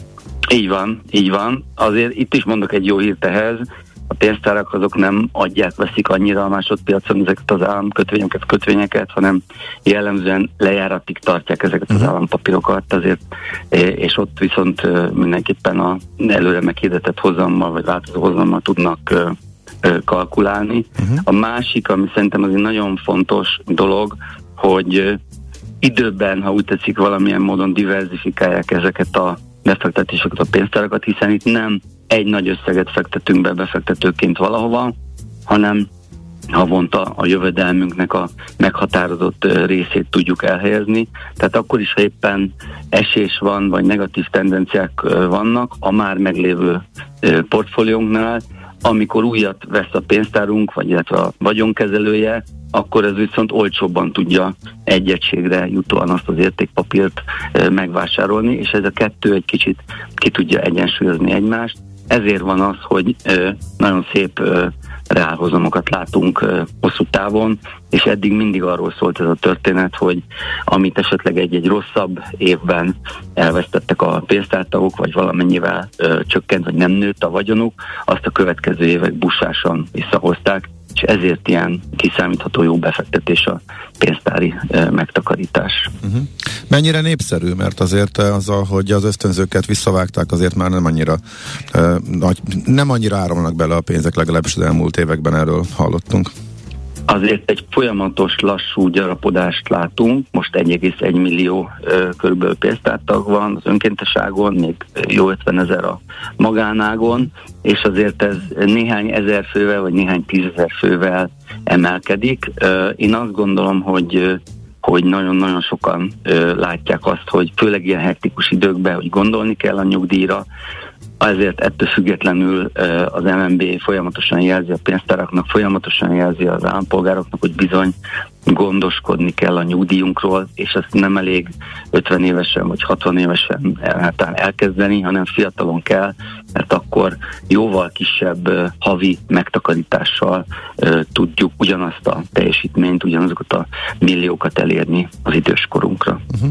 Így van, így van. Azért itt is mondok egy jó hírt ehhez. A pénztárak azok nem adják, veszik annyira a másodpiacon ezeket az államkötvényeket, kötvényeket, hanem jellemzően lejáratig tartják ezeket az állampapírokat, azért, és ott viszont mindenképpen a előre meghirdetett hozammal, vagy változó hozammal tudnak kalkulálni. Uh-huh. A másik, ami szerintem azért nagyon fontos dolog, hogy időben, ha úgy tetszik, valamilyen módon diverzifikálják ezeket a befektetéseket, a pénztárakat, hiszen itt nem egy nagy összeget fektetünk be befektetőként valahova, hanem havonta a jövedelmünknek a meghatározott részét tudjuk elhelyezni. Tehát akkor is, ha éppen esés van, vagy negatív tendenciák vannak a már meglévő portfóliónknál, amikor újat vesz a pénztárunk, vagy illetve a vagyonkezelője, akkor ez viszont olcsóbban tudja egy egységre jutóan azt az értékpapírt megvásárolni, és ez a kettő egy kicsit ki tudja egyensúlyozni egymást. Ezért van az, hogy nagyon szép reálhozamokat látunk hosszú távon, és eddig mindig arról szólt ez a történet, hogy amit esetleg egy-egy rosszabb évben elvesztettek a pénztártagok, vagy valamennyivel ö, csökkent, vagy nem nőtt a vagyonuk, azt a következő évek busásan visszahozták, és ezért ilyen kiszámítható jó befektetés a pénztári e, megtakarítás. Uh-huh. Mennyire népszerű? Mert azért azzal, hogy az ösztönzőket visszavágták, azért már nem annyira e, nagy, nem annyira áramlanak bele a pénzek, legalábbis az elmúlt években erről hallottunk. Azért egy folyamatos, lassú gyarapodást látunk. Most egy egész egy millió ö, körülbelül pénztártag van az önkénteságon, még jó ötvenezer a magánágon, és azért ez néhány ezer fővel, vagy néhány tízezer fővel emelkedik. Ö, én azt gondolom, hogy hogy nagyon-nagyon sokan ö, látják azt, hogy főleg ilyen hektikus időkben, hogy gondolni kell a nyugdíjra, ezért ettől függetlenül az em en bé folyamatosan jelzi a pénztáraknak, folyamatosan jelzi az állampolgároknak, hogy bizony gondoskodni kell a nyugdíjunkról, és ezt nem elég ötven évesen vagy hatvan évesen hát elkezdeni, hanem fiatalon kell, mert akkor jóval kisebb havi megtakarítással tudjuk ugyanazt a teljesítményt, ugyanazokat a milliókat elérni az időskorunkra. Uh-huh.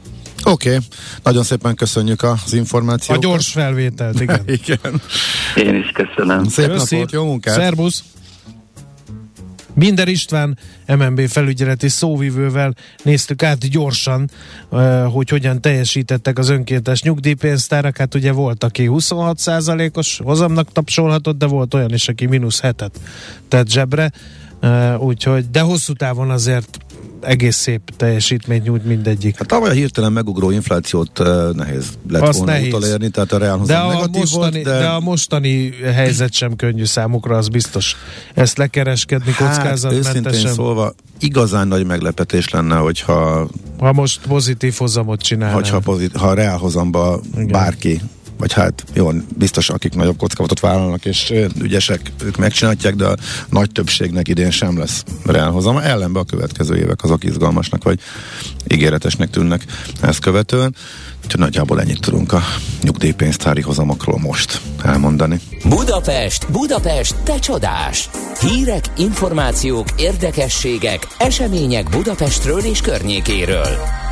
Oké, okay. Nagyon szépen köszönjük az információkat. A gyors felvételt, igen. Igen. Én is köszönöm. Szép Köszi. napot, jó munkát. Szerbusz. Binder István em en bé felügyeleti szóvivővel néztük át gyorsan, hogy hogyan teljesítettek az önkéntes nyugdíjpénztárak. Hát ugye volt, aki huszonhat százalékos hozamnak tapsolhatott, de volt olyan is, aki mínusz hetet tett zsebre. Úgyhogy, de hosszú távon azért egész szép teljesítményt nyújt mindegyik. Hát tavaly a hirtelen megugró inflációt uh, nehéz lett azt volna nehéz. utolérni, tehát a reálhozam negatív mostani, volt, de... de a mostani helyzet sem könnyű számukra, az biztos. Ezt lekereskedni hát, kockázatmentesen. Őszintén szólva, igazán nagy meglepetés lenne, hogyha ha most pozitív hozamot csinálnál. Hogyha pozit, ha a reálhozamba bárki, vagy hát jó, biztos akik nagyobb kockázatot vállalnak és ügyesek, ők megcsinálják, de a nagy többségnek idén sem lesz reálhozama. Ellenben a következő évek azok izgalmasnak, vagy ígéretesnek tűnnek ezt követően. Úgyhogy nagyjából ennyit tudunk a nyugdíjpénztári hozamokról most elmondani. Budapest, Budapest, te csodás! Hírek, információk, érdekességek, események Budapestről és környékéről.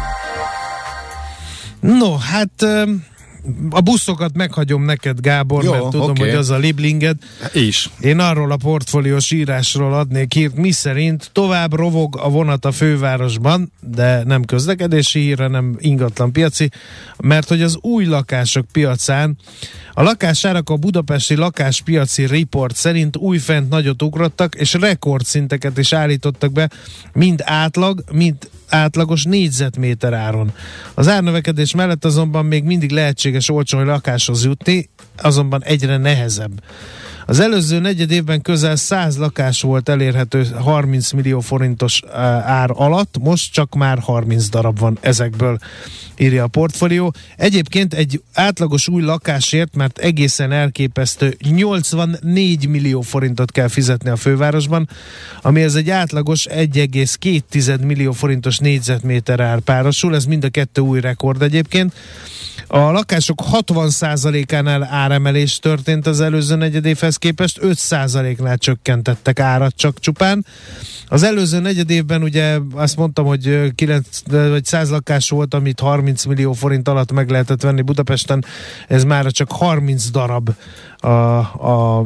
No, hát... a buszokat meghagyom neked, Gábor, jó, mert tudom, okay. hogy az a liblinged. Is. Én arról a portfóliós írásról adnék hírt, mi szerint tovább rovog a vonat a fővárosban, de nem közlekedési hír, hanem ingatlan piaci, mert hogy az új lakások piacán a lakásárak a budapesti lakáspiaci report szerint újfent nagyot ugrottak, és rekordszinteket is állítottak be, mind átlag, mind átlagos négyzetméter áron. Az árnövekedés mellett azonban még mindig lehetséges olcsón lakáshoz jutni, azonban egyre nehezebb. Az előző negyed évben közel száz lakás volt elérhető harminc millió forintos ár alatt, most csak már harminc darab van ezekből, írja a portfólió. Egyébként egy átlagos új lakásért, mert egészen elképesztő nyolcvannégy millió forintot kell fizetni a fővárosban, ami ez egy átlagos egy egész két millió forintos négyzetméter ár párosul, ez mind a kettő új rekord egyébként. A lakások hatvan százalékánál áremelés történt az előző negyedévhez képest, öt százaléknál csökkentettek árat csak csupán. Az előző negyedévben ugye azt mondtam, hogy kilenc vagy száz lakás volt, amit harminc millió forint alatt meg lehetett venni Budapesten, ez már csak harminc darab a, a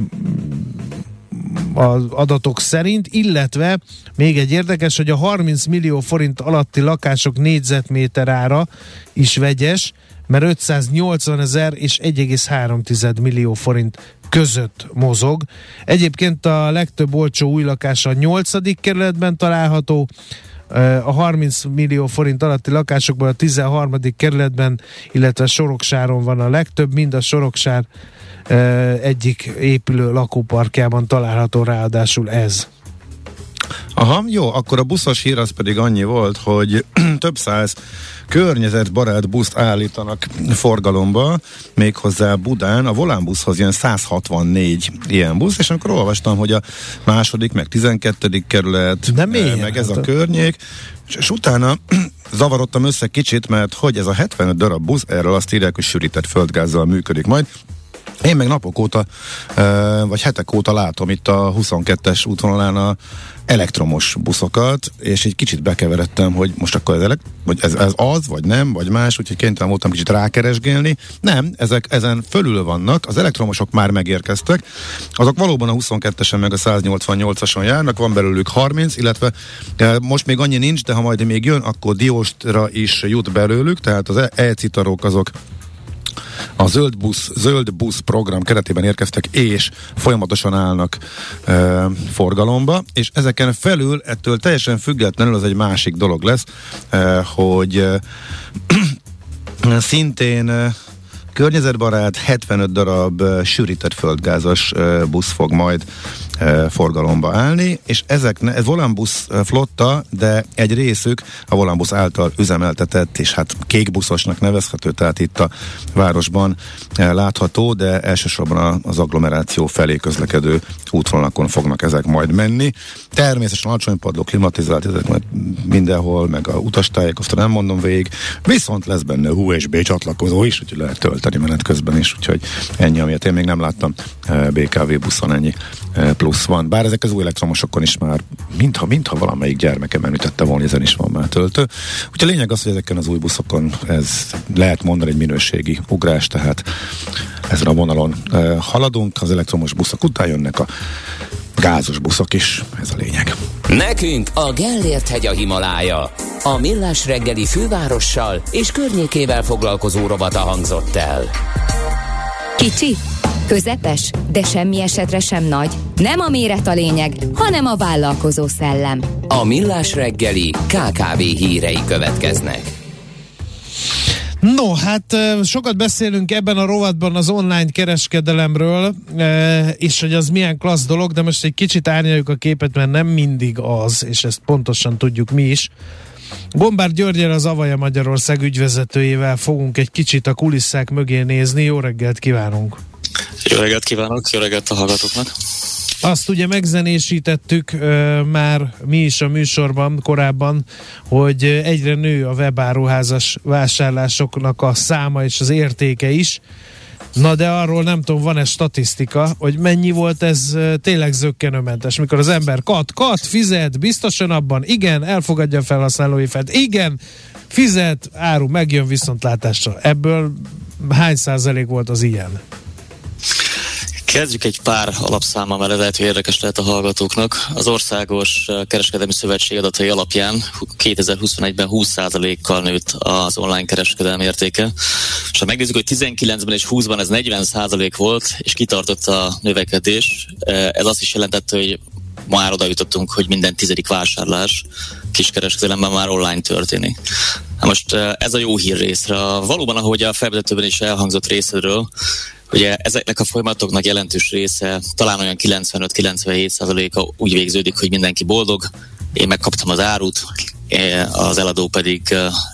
az adatok szerint, illetve még egy érdekes, hogy a harminc millió forint alatti lakások négyzetméter ára is vegyes, mert ötszáznyolcvanezer és egy egész három millió forint között mozog. Egyébként a legtöbb olcsó új lakás a nyolcadik kerületben található, a harminc millió forint alatti lakásokban a tizenharmadik kerületben, illetve Soroksáron van a legtöbb, mind a Soroksár egyik épülő lakóparkjában található ráadásul ez. Aha, jó, akkor a buszos hír az pedig annyi volt, hogy több száz környezetbarát buszt állítanak forgalomba, méghozzá Budán. A Volán buszhoz jön száz hatvannégy ilyen busz, és amikor olvastam, hogy a második, meg tizenkettedik kerület, de milyen, meg ez hát a környék, és, és utána zavarodtam össze kicsit, mert hogy ez a hetvenöt darab busz, erről azt írják, hogy sűrített földgázzal működik majd. Én meg napok óta, vagy hetek óta látom itt a huszonkettes útvonalán a elektromos buszokat, és egy kicsit bekeveredtem, hogy most akkor ez, elekt- vagy ez, ez az, vagy nem, vagy más, úgyhogy kénytelen voltam kicsit rákeresgélni. Nem, ezek ezen fölül vannak, az elektromosok már megérkeztek, azok valóban a huszonkettesen meg a száznyolcvannyolcason járnak, van belőlük harminc, illetve most még annyi nincs, de ha majd még jön, akkor dióstra is jut belőlük, tehát az e-citarók azok a zöld busz, zöld busz program keretében érkeztek, és folyamatosan állnak e, forgalomba, és ezeken felül ettől teljesen függetlenül az egy másik dolog lesz, e, hogy e, szintén e, környezetbarát hetvenöt darab e, sűrített földgázas e, busz fog majd e, forgalomba állni, és ezek, ez Volánbusz flotta, de egy részük a Volánbusz által üzemeltetett, és hát kékbuszosnak nevezhető, tehát itt a városban e, látható, de elsősorban az agglomeráció felé közlekedő útvonalakon fognak ezek majd menni. Természetesen alacsonypadló, klimatizált, ezek majd mindenhol, meg a utastájékoztató, nem mondom végig, viszont lesz benne u es bé csatlakozó is, úgyhogy lehet tölteni menet közben is, úgyhogy ennyi, amit én még nem láttam bé ká vé buszon, ennyi plusz van. Bár ezek az új elektromosokon is már, mintha, mintha valamelyik gyermekem említette volna, ezen is van már töltő. Úgyhogy a lényeg az, hogy ezeken az új buszokon ez lehet mondani egy minőségi ugrás, tehát ezen a vonalon haladunk, az elektromos buszok után jönnek a gázos buszok is, ez a lényeg. Nekünk a Gellért hegy a Himalája. A Millás reggeli fővárossal és környékével foglalkozó rovata hangzott el. Kicsi, közepes, de semmi esetre sem nagy. Nem a méret a lényeg, hanem a vállalkozó szellem. A Millás reggeli ká ká vé hírei következnek. No, hát sokat beszélünk ebben a rovatban az online kereskedelemről, és hogy az milyen klassz dolog, de most egy kicsit árnyaljuk a képet, mert nem mindig az, és ezt pontosan tudjuk mi is. Gombár Györgyel, az Avaja Magyarország ügyvezetőjével fogunk egy kicsit a kulisszák mögé nézni. Jó reggelt kívánunk! Jó reggelt kívánok, jó reggelt a hallgatóknak! Azt ugye megzenésítettük uh, már mi is a műsorban korábban, hogy egyre nő a webáruházas vásárlásoknak a száma és az értéke is. Na de arról nem tudom, van-e statisztika, hogy mennyi volt ez uh, tényleg zökkenőmentes, mikor az ember kat, kat, fizet, biztosan abban, igen, elfogadja a felhasználói felt, igen, fizet, áru, megjön viszontlátásra. Ebből hány százalék volt az ilyen? Kezdjük egy pár alapszámmal, mert lehet, hogy érdekes lehet a hallgatóknak. Az Országos Kereskedelmi Szövetség adatai alapján kétezer-huszonegyben húsz százalékkal nőtt az online kereskedelmi értéke. És ha megnézzük, hogy tizenkilencben és húszban ez negyven százalék volt, és kitartott a növekedés, ez azt is jelentette, hogy már oda jutottunk, hogy minden tizedik vásárlás kiskereskedelemben már online történik. Na most ez a jó hír részre. Valóban, ahogy a felvezetőben is elhangzott részedről, ugye ezeknek a folyamatoknak jelentős része, talán olyan kilencvenöt-kilencvenhét százaléka úgy végződik, hogy mindenki boldog, én megkaptam az árut, az eladó pedig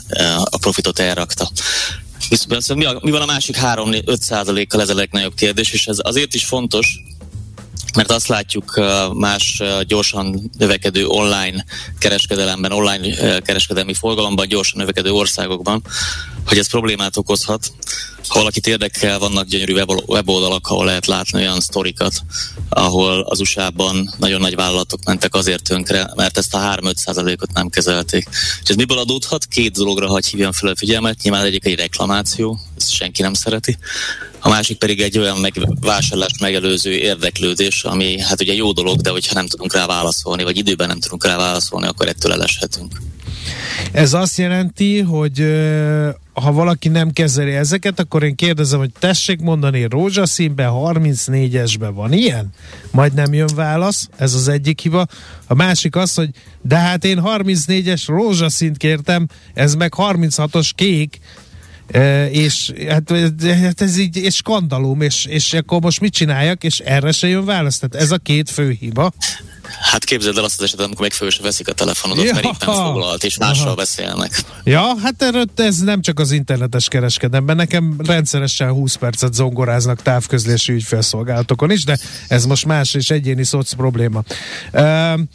a profitot elrakta. Viszont mi, a, mi van a másik három-öt százalékkal, ez a legnagyobb kérdés, és ez azért is fontos, mert azt látjuk más gyorsan növekedő online kereskedelemben, online kereskedelmi forgalomban, gyorsan növekedő országokban, hogy ez problémát okozhat. Ha valakit érdekel, vannak gyönyörű weboldalak, ahol lehet látni olyan sztorikat, ahol az u es á-ban nagyon nagy vállalatok mentek azért tönkre, mert ezt a három-öt százalékot nem kezelték. És ez miből adódhat? Két dologra hagy hívjam fel a figyelmet. Nyilván egyik egy reklamáció, ezt senki nem szereti. A másik pedig egy olyan megvásárlást megelőző érdeklődés, ami hát ugye jó dolog, de hogyha nem tudunk rá válaszolni, vagy időben nem tudunk rá válaszolni, akkor ettől eleshetünk. Ez azt jelenti, hogy ha valaki nem kezeli ezeket, akkor én kérdezem, hogy tessék mondani, rózsaszínben, harmincnégyesben van ilyen? Majd nem jön válasz, ez az egyik hiba. A másik az, hogy de hát én harmincnégyes rózsaszínt kértem, ez meg harminchatos kék, E, és hát, hát ez így és skandalum, és, és akkor most mit csináljak, és erre se jön válasz? Tehát ez a két fő hiba. Hát képzeld el azt az esetet, amikor meg föl se veszik a telefonodat, ja, mert éppen foglalt, és mással aha. beszélnek. Ja, hát erről, ez nem csak az internetes kereskedelemben, nekem rendszeresen húsz percet zongoráznak távközlési ügyfélszolgálatokon is, de ez most más és egyéni szoc probléma. Um,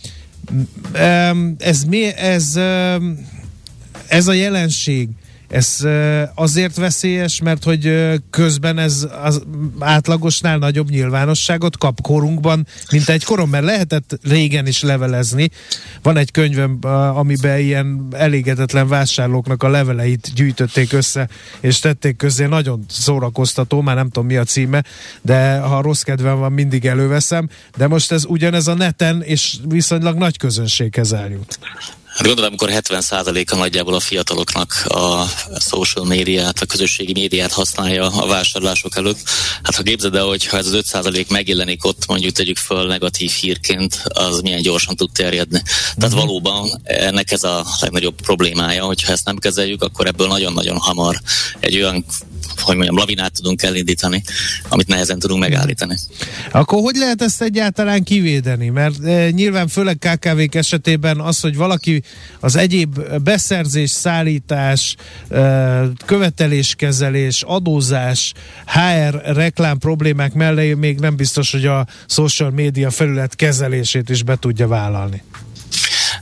um, ez mi, ez, um, ez a jelenség, ez azért veszélyes, mert hogy közben ez az átlagosnál nagyobb nyilvánosságot kap korunkban, mint egy korom, mert lehetett régen is levelezni. Van egy könyvem, amiben ilyen elégedetlen vásárlóknak a leveleit gyűjtötték össze, és tették közé, nagyon szórakoztató, már nem tudom mi a címe, de ha rossz kedvem van, mindig előveszem, de most ez ugyanez a neten, és viszonylag nagy közönséghez eljut. Hát gondolom, amikor hetven százaléka nagyjából a fiataloknak a social médiát, a közösségi médiát használja a vásárlások előtt. Hát ha képzeld el, hogy ha ez az öt százalék megjelenik ott, mondjuk tegyük föl negatív hírként, az milyen gyorsan tud terjedni. Tehát uh-huh. valóban ennek ez a legnagyobb problémája, hogyha ezt nem kezeljük, akkor ebből nagyon-nagyon hamar egy olyan, hogy mondjam, lavinát tudunk elindítani, amit nehezen tudunk megállítani. Akkor hogy lehet ezt egyáltalán kivédeni? Mert e, nyilván főleg ká ká vék esetében az, hogy valaki az egyéb beszerzés, szállítás, e, követeléskezelés, adózás, há er, reklám problémák mellé még nem biztos, hogy a social média felület kezelését is be tudja vállalni.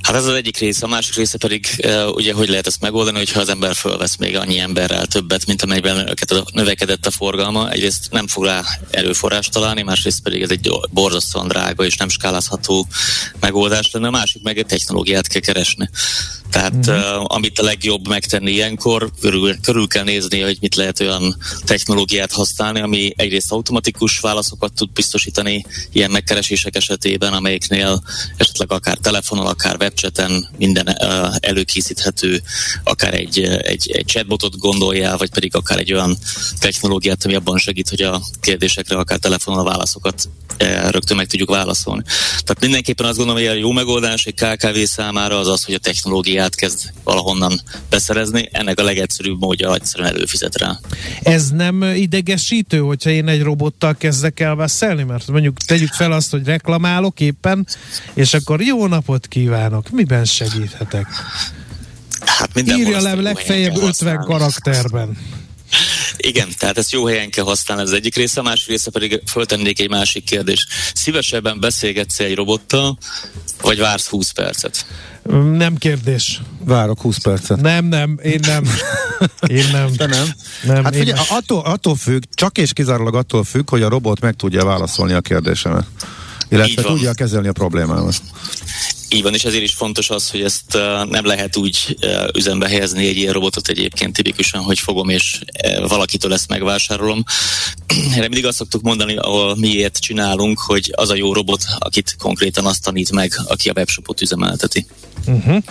Hát ez az egyik része, a másik része pedig uh, ugye hogy lehet ezt megoldani, hogyha az ember fölvesz még annyi emberrel többet, mint amelyben növekedett a forgalma. Egyrészt nem fog rá erőforrást találni, másrészt pedig ez egy borzasztóan drága és nem skálázható megoldás lenne, a másik meg egy technológiát kell keresni. Tehát mm-hmm. uh, amit a legjobb megtenni ilyenkor, körül, körül kell nézni, hogy mit lehet olyan technológiát használni, ami egyrészt automatikus válaszokat tud biztosítani ilyen megkeresések esetében, amelyiknél esetleg akár telefonon, akár webchaten minden uh, előkészíthető, akár egy, egy, egy chatbotot gondoljál, vagy pedig akár egy olyan technológiát, ami abban segít, hogy a kérdésekre akár telefonon a válaszokat uh, rögtön meg tudjuk válaszolni. Tehát mindenképpen azt gondolom, hogy a jó megoldás egy ká ká vé számára az az, hogy a technológiát kezd valahonnan beszerezni. Ennek a legegyszerűbb módja egyszerűen előfizet rá. Ez nem idegesítő, hogyha én egy robottal kezdek el beszélni? Mert mondjuk tegyük fel azt, hogy reklamálok éppen, és akkor jó napot kívánok, miben segíthetek? Hát írja le legfeljebb ötven karakterben. Igen, tehát ezt jó helyen kell használni, az egyik része, a másik része pedig föltennék egy másik kérdést. Szívesebben beszélgetsz egy robottal, vagy vársz húsz percet? Nem kérdés. Várok húsz percet. Nem, nem, én nem. Én nem. Te nem? nem hát figyelj, attól, attól függ, csak és kizárólag attól függ, hogy a robot meg tudja válaszolni a kérdésemet. Illetve tudja kezelni a problémámat. Így van, és ezért is fontos az, hogy ezt uh, nem lehet úgy uh, üzembe helyezni egy ilyen robotot egyébként tipikusan, hogy fogom és uh, valakitől ezt megvásárolom. Erre mindig azt szoktuk mondani, ahol miért csinálunk, hogy az a jó robot, akit konkrétan azt tanít meg, aki a webshopot üzemelteti. Uh-huh.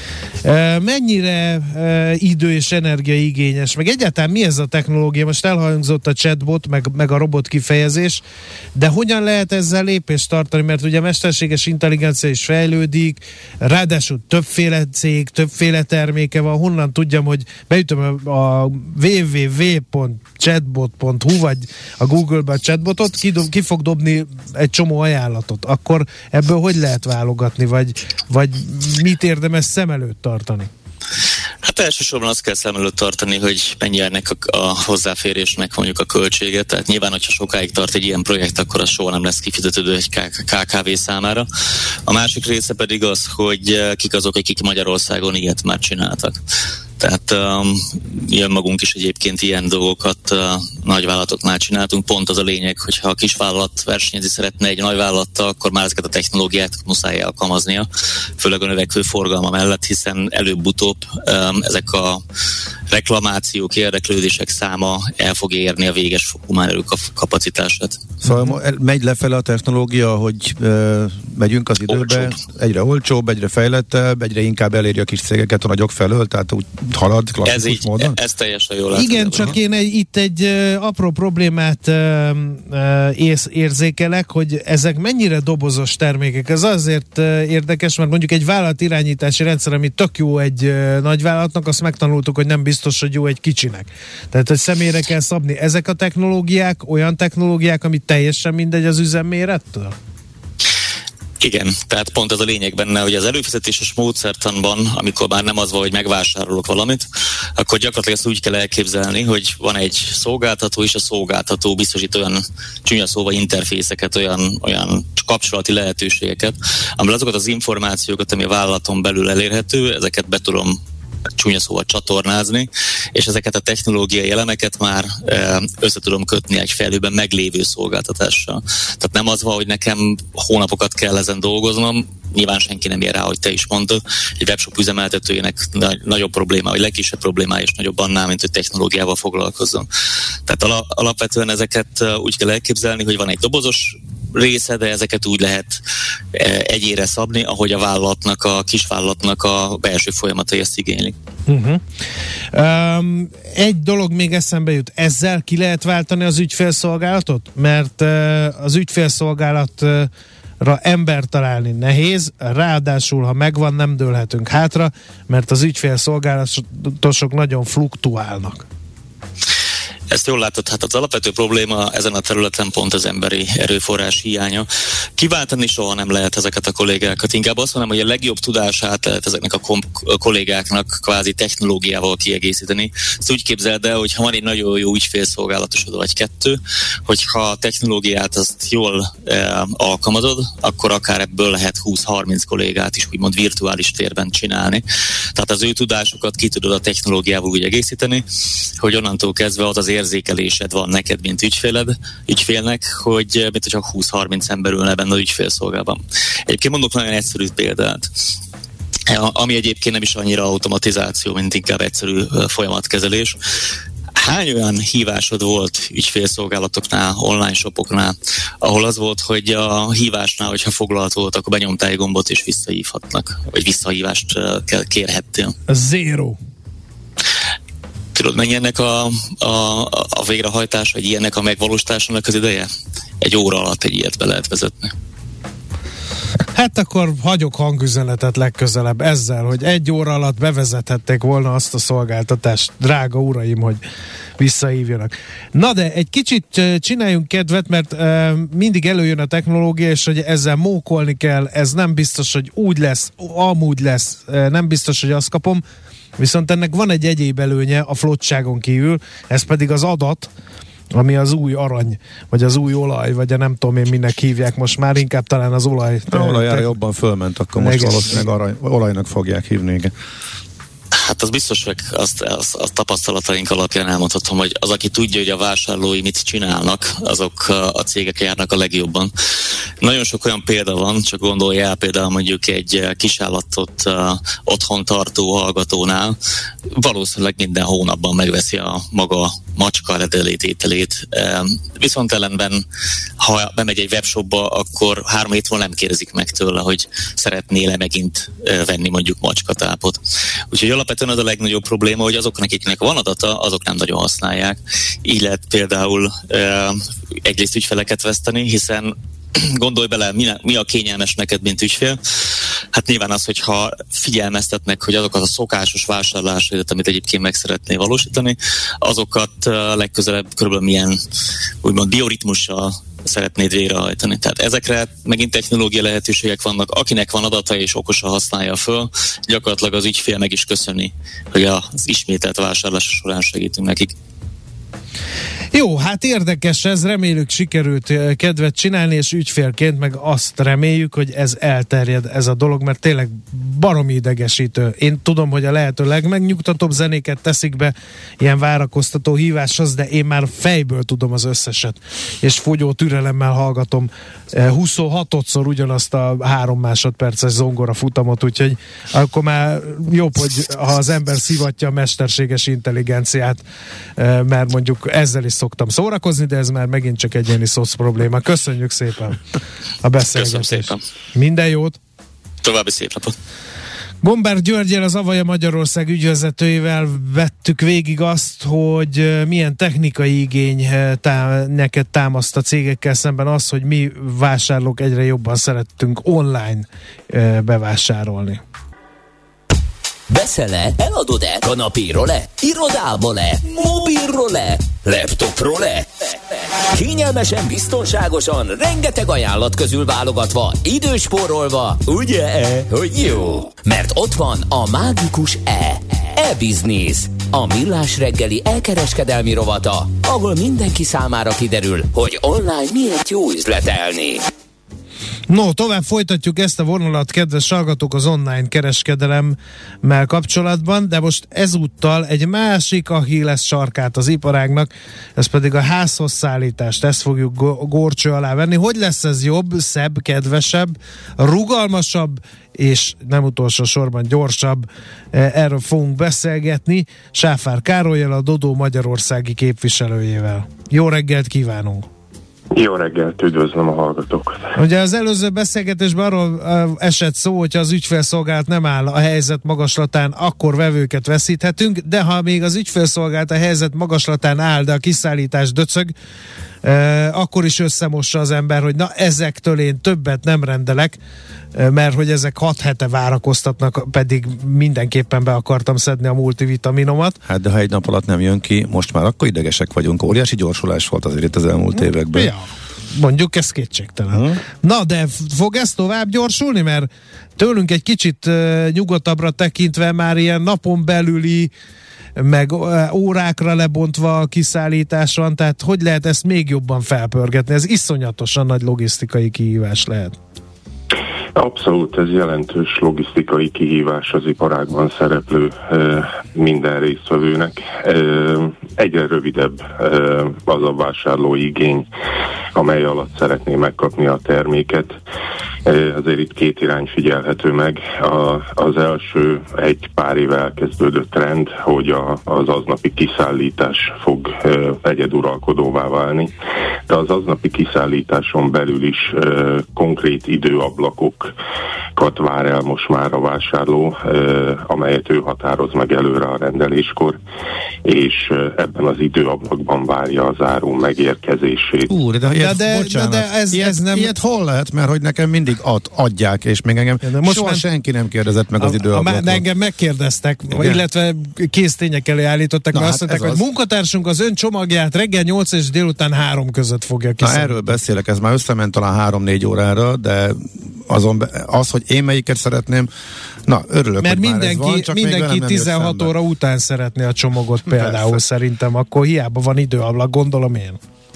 Uh, mennyire uh, idő és energia igényes, meg egyáltalán mi ez a technológia? Most elhangzott a chatbot, meg, meg a robot kifejezés, de hogyan lehet ezzel lépést tartani? Mert ugye a mesterséges intelligencia is fejlődik, ráadásul többféle cég, többféle terméke van, honnan tudjam, hogy beütöm a, a double-u double-u double-u pont chatbot pont hu vagy a Google-be a chatbotot, ki, dob, ki fog dobni egy csomó ajánlatot. Akkor ebből hogy lehet válogatni, vagy, vagy mit érdemes szem előtt tartani? Hát elsősorban azt kell szem előtt tartani, hogy mennyi ennek a, a hozzáférésnek mondjuk a költsége. Tehát nyilván, hogyha sokáig tart egy ilyen projekt, akkor az soha nem lesz kifizetődő egy ká ká vé számára. A másik része pedig az, hogy kik azok, akik Magyarországon ilyet már csináltak. Tehát um, jön magunk is egyébként ilyen dolgokat uh, nagyvállalatoknál csináltunk. Pont az a lényeg, hogyha a kisvállalat versenyezni szeretne egy nagyvállalattal, akkor már ezeket a technológiát muszáj alkalmaznia, főleg a növekvő forgalma mellett, hiszen előbb-utóbb um, ezek a reklamációk, érdeklődések száma el fog érni a véges humán kapacitását. Szóval megy lefele a technológia, hogy uh, megyünk az időbe, olcsóbb. Egyre olcsóbb, egyre fejlettebb, egyre inkább eléri a kis cégeket a nagyok felől, tehát úgy halad klasszikus ez így, módon? Ez teljesen jól látod. Igen, csak én egy, itt egy uh, apró problémát uh, uh, ész, érzékelek, hogy ezek mennyire dobozos termékek. Ez azért uh, érdekes, mert mondjuk egy vállalat irányítási rendszer, ami tök jó egy uh, nagyvállalatnak, azt megtanultuk, hogy nem biztos, hogy jó egy kicsinek. Tehát, hogy személyre kell szabni. Ezek a technológiák olyan technológiák, ami teljesen mindegy az üzemmérettől? Igen, tehát pont ez a lényeg benne, hogy az előfizetéses módszertanban, amikor már nem az van, hogy megvásárolok valamit, akkor gyakorlatilag ezt úgy kell elképzelni, hogy van egy szolgáltató, és a szolgáltató biztosít olyan csúnya szóval interfészeket, olyan, olyan kapcsolati lehetőségeket, amivel azokat az információkat, ami a vállalaton belül elérhető, ezeket be tudom csúnya szóval csatornázni, és ezeket a technológiai elemeket már össze tudom kötni egy felhőben meglévő szolgáltatással. Tehát nem az van, hogy nekem hónapokat kell ezen dolgoznom, nyilván senki nem ér rá, hogy te is mondtad, egy webshop üzemeltetőjének nagy, nagyobb probléma, vagy legkisebb problémája is nagyobb annál, mint hogy technológiával foglalkozzon. Tehát ala, alapvetően ezeket úgy kell elképzelni, hogy van egy dobozos része, de ezeket úgy lehet egyére szabni, ahogy a vállalatnak, a kisvállalatnak a belső folyamatai ezt igénylik. Uh-huh. Um, egy dolog még eszembe jut, ezzel ki lehet váltani az ügyfélszolgálatot? Mert uh, az ügyfélszolgálatra ember találni nehéz, ráadásul, ha megvan, nem dőlhetünk hátra, mert az ügyfélszolgálatosok nagyon fluktuálnak. Ezt jól látod, hát az alapvető probléma ezen a területen pont az emberi erőforrás hiánya. Kiváltani soha nem lehet ezeket a kollégákat. Inkább azt mondom, hogy a legjobb tudását lehet ezeknek a kom- kollégáknak kvázi technológiával kiegészíteni. Ezt úgy képzeld el, hogy ha van egy nagyon jó ügyfélszolgálatosod vagy kettő, hogyha a technológiát azt jól eh, alkalmazod, akkor akár ebből lehet húsz-harminc kollégát is úgymond virtuális térben csinálni. Tehát az ő tudásukat ki tudod a technológiával úgy egészíteni, hogy onnantól kezdve az az érzékelésed van neked, mint ügyféled, ügyfélnek, hogy mint csak húsz-harminc ember ülne benne az ügyfélszolgálban. Egyébként mondok nagyon egyszerű példát, ami egyébként nem is annyira automatizáció, mint inkább egyszerű folyamatkezelés. Hány olyan hívásod volt ügyfélszolgálatoknál, online shopoknál, ahol az volt, hogy a hívásnál, hogyha foglalt volt, akkor benyomtál egy gombot és visszahívhatnak, vagy visszahívást kérhettél? Zero. Tudod, mennyi ennek a, a, a végrehajtás, vagy ilyennek a megvalósításának az ideje? Egy óra alatt egy ilyet be lehet vezetni. Hát akkor hagyok hangüzenetet legközelebb ezzel, hogy egy óra alatt bevezethették volna azt a szolgáltatást, drága uraim, hogy visszahívjanak. Na de egy kicsit csináljunk kedvet, mert uh, mindig előjön a technológia, és hogy ezzel mókolni kell, ez nem biztos, hogy úgy lesz, amúgy lesz, uh, nem biztos, hogy azt kapom, viszont ennek van egy egyéb előnye a flottságon kívül, ez pedig az adat, ami az új arany, vagy az új olaj, vagy a nem tudom én minek hívják most már, inkább talán az olaj. A olajára jobban fölment, akkor most valószínűleg arany, olajnak fogják hívni, igen. Hát az biztos, hogy azt, azt, azt tapasztalataink alapján elmondhatom, hogy az, aki tudja, hogy a vásárlói mit csinálnak, azok a cégek járnak a legjobban. Nagyon sok olyan példa van, csak gondolj el például mondjuk egy kisállatot uh, otthon tartó hallgatónál, valószínűleg minden hónapban megveszi a maga macska redelétételét. Uh, viszont ellenben, ha bemegy egy webshopba, akkor három hét múlva nem kérdezik meg tőle, hogy szeretnél-e megint uh, venni mondjuk macskatápot. Úgyhogy alapvetően az a legnagyobb probléma, hogy azoknak, akiknek van adata, azok nem nagyon használják. Így lehet például uh, egyrészt ügyfeleket veszteni, hiszen gondolj bele, mi, mi a kényelmes neked, mint ügyfél. Hát nyilván az, hogyha figyelmeztetnek, hogy azokat a szokásos vásárlásaidat, amit egyébként meg szeretnél valósítani, azokat uh, legközelebb körülbelül milyen úgymond bioritmussal szeretnéd végrehajtani. Tehát ezekre megint technológia lehetőségek vannak. Akinek van adata és okosan használja föl, gyakorlatilag az ügyfél meg is köszöni, hogy az ismételt vásárlás során segítünk nekik. Jó, hát érdekes ez, reméljük sikerült kedvet csinálni, és ügyfélként meg azt reméljük, hogy ez elterjed ez a dolog, mert tényleg baromi idegesítő. Én tudom, hogy a lehető legmegnyugtatóbb zenéket teszik be ilyen várakoztató híváshoz, de én már fejből tudom az összeset, és fogyó türelemmel hallgatom huszonhatodszor ugyanazt a három másodperces zongora futamot, úgyhogy akkor már jobb, hogy ha az ember szivatja a mesterséges intelligenciát, mert mondjuk ezzel is szoktam szórakozni, de ez már megint csak egyéni szoc probléma. Köszönjük szépen a beszélgetést. Köszönöm szépen. Minden jót! További szép napot! Gombár Györgyel, az Avaja Magyarország ügyvezetőjével vettük végig azt, hogy milyen technikai igény tá- neked támaszt a cégekkel szemben az, hogy mi vásárlók egyre jobban szerettünk online bevásárolni. Veszel-e? Eladod-e? Kanapéról-e? Irodából-e? Mobilról-e? Laptopról-e? Kényelmesen, biztonságosan, rengeteg ajánlat közül válogatva, időspórolva, ugye-e, hogy jó? Mert ott van a mágikus E. E-Business, a millás reggeli elkereskedelmi rovata, ahol mindenki számára kiderül, hogy online miért jó üzletelni. No, tovább folytatjuk ezt a vonalat, kedves hallgatók, az online kereskedelemmel kapcsolatban, de most ezúttal egy másik Achilles sarkát az iparágnak, ez pedig a házhoz szállítást, ezt fogjuk górcső alá venni. Hogy lesz ez jobb, szebb, kedvesebb, rugalmasabb, és nem utolsó sorban gyorsabb? Erről fogunk beszélgetni Sáfár Károllyal, a Dodó magyarországi képviselőjével. Jó reggelt kívánunk! Jó reggelt, üdvözlöm a hallgatókat. Ugye az előző beszélgetésben arról esett szó, hogyha az ügyfélszolgálat nem áll a helyzet magaslatán, akkor vevőket veszíthetünk, de ha még az ügyfélszolgálat a helyzet magaslatán áll, de a kiszállítás döcög, akkor is összemossa az ember, hogy na ezektől én többet nem rendelek, mert hogy ezek hat hete várakoztatnak, pedig mindenképpen be akartam szedni a multivitaminomat. Hát de ha egy nap alatt nem jön ki, most már akkor idegesek vagyunk. Óriási gyorsulás volt azért itt az elmúlt években. Ja, mondjuk ez kétségtelen. Hmm. Na de fog ez tovább gyorsulni, mert tőlünk egy kicsit uh, nyugatabbra tekintve már ilyen napon belüli meg órákra lebontva a kiszállítás van, tehát hogy lehet ezt még jobban felpörgetni? Ez iszonyatosan nagy logisztikai kihívás lehet. Abszolút, ez jelentős logisztikai kihívás az iparágban szereplő minden résztvevőnek. Egyre rövidebb az a vásárlói igény, amely alatt szeretné megkapni a terméket. Azért itt két irány figyelhető meg. A, az első egy pár éve elkezdődött trend, hogy a, az aznapi kiszállítás fog egyeduralkodóvá válni, de az aznapi kiszállításon belül is konkrét időablakokat vár el most már a vásárló, amelyet ő határoz meg előre a rendeléskor, és ebben az időablakban várja az áru megérkezését. Úr, de, ilyet, de, de, bocsánat, de ez, ilyet, ez nem... ilyet hol lehet? Mert hogy nekem mindig ad, adják, és még engem de most soha men... senki nem kérdezett meg az időablakot. De engem megkérdeztek, igen? Illetve késztények elé állítottak, mert hát azt mondták, hogy az... munkatársunk az ön csomagját reggel nyolc és délután három között fogja kiszállítani. Na, erről beszélek, ez már összement talán három-négy órára, de azon be, az, hogy én melyiket szeretném, na, örülök, mert hogy mindenki, már ez van, mindenki tizenhat óra után szeretné a csomagot például. Persze. Szerintem, akkor hiába van időablak, gondolom én.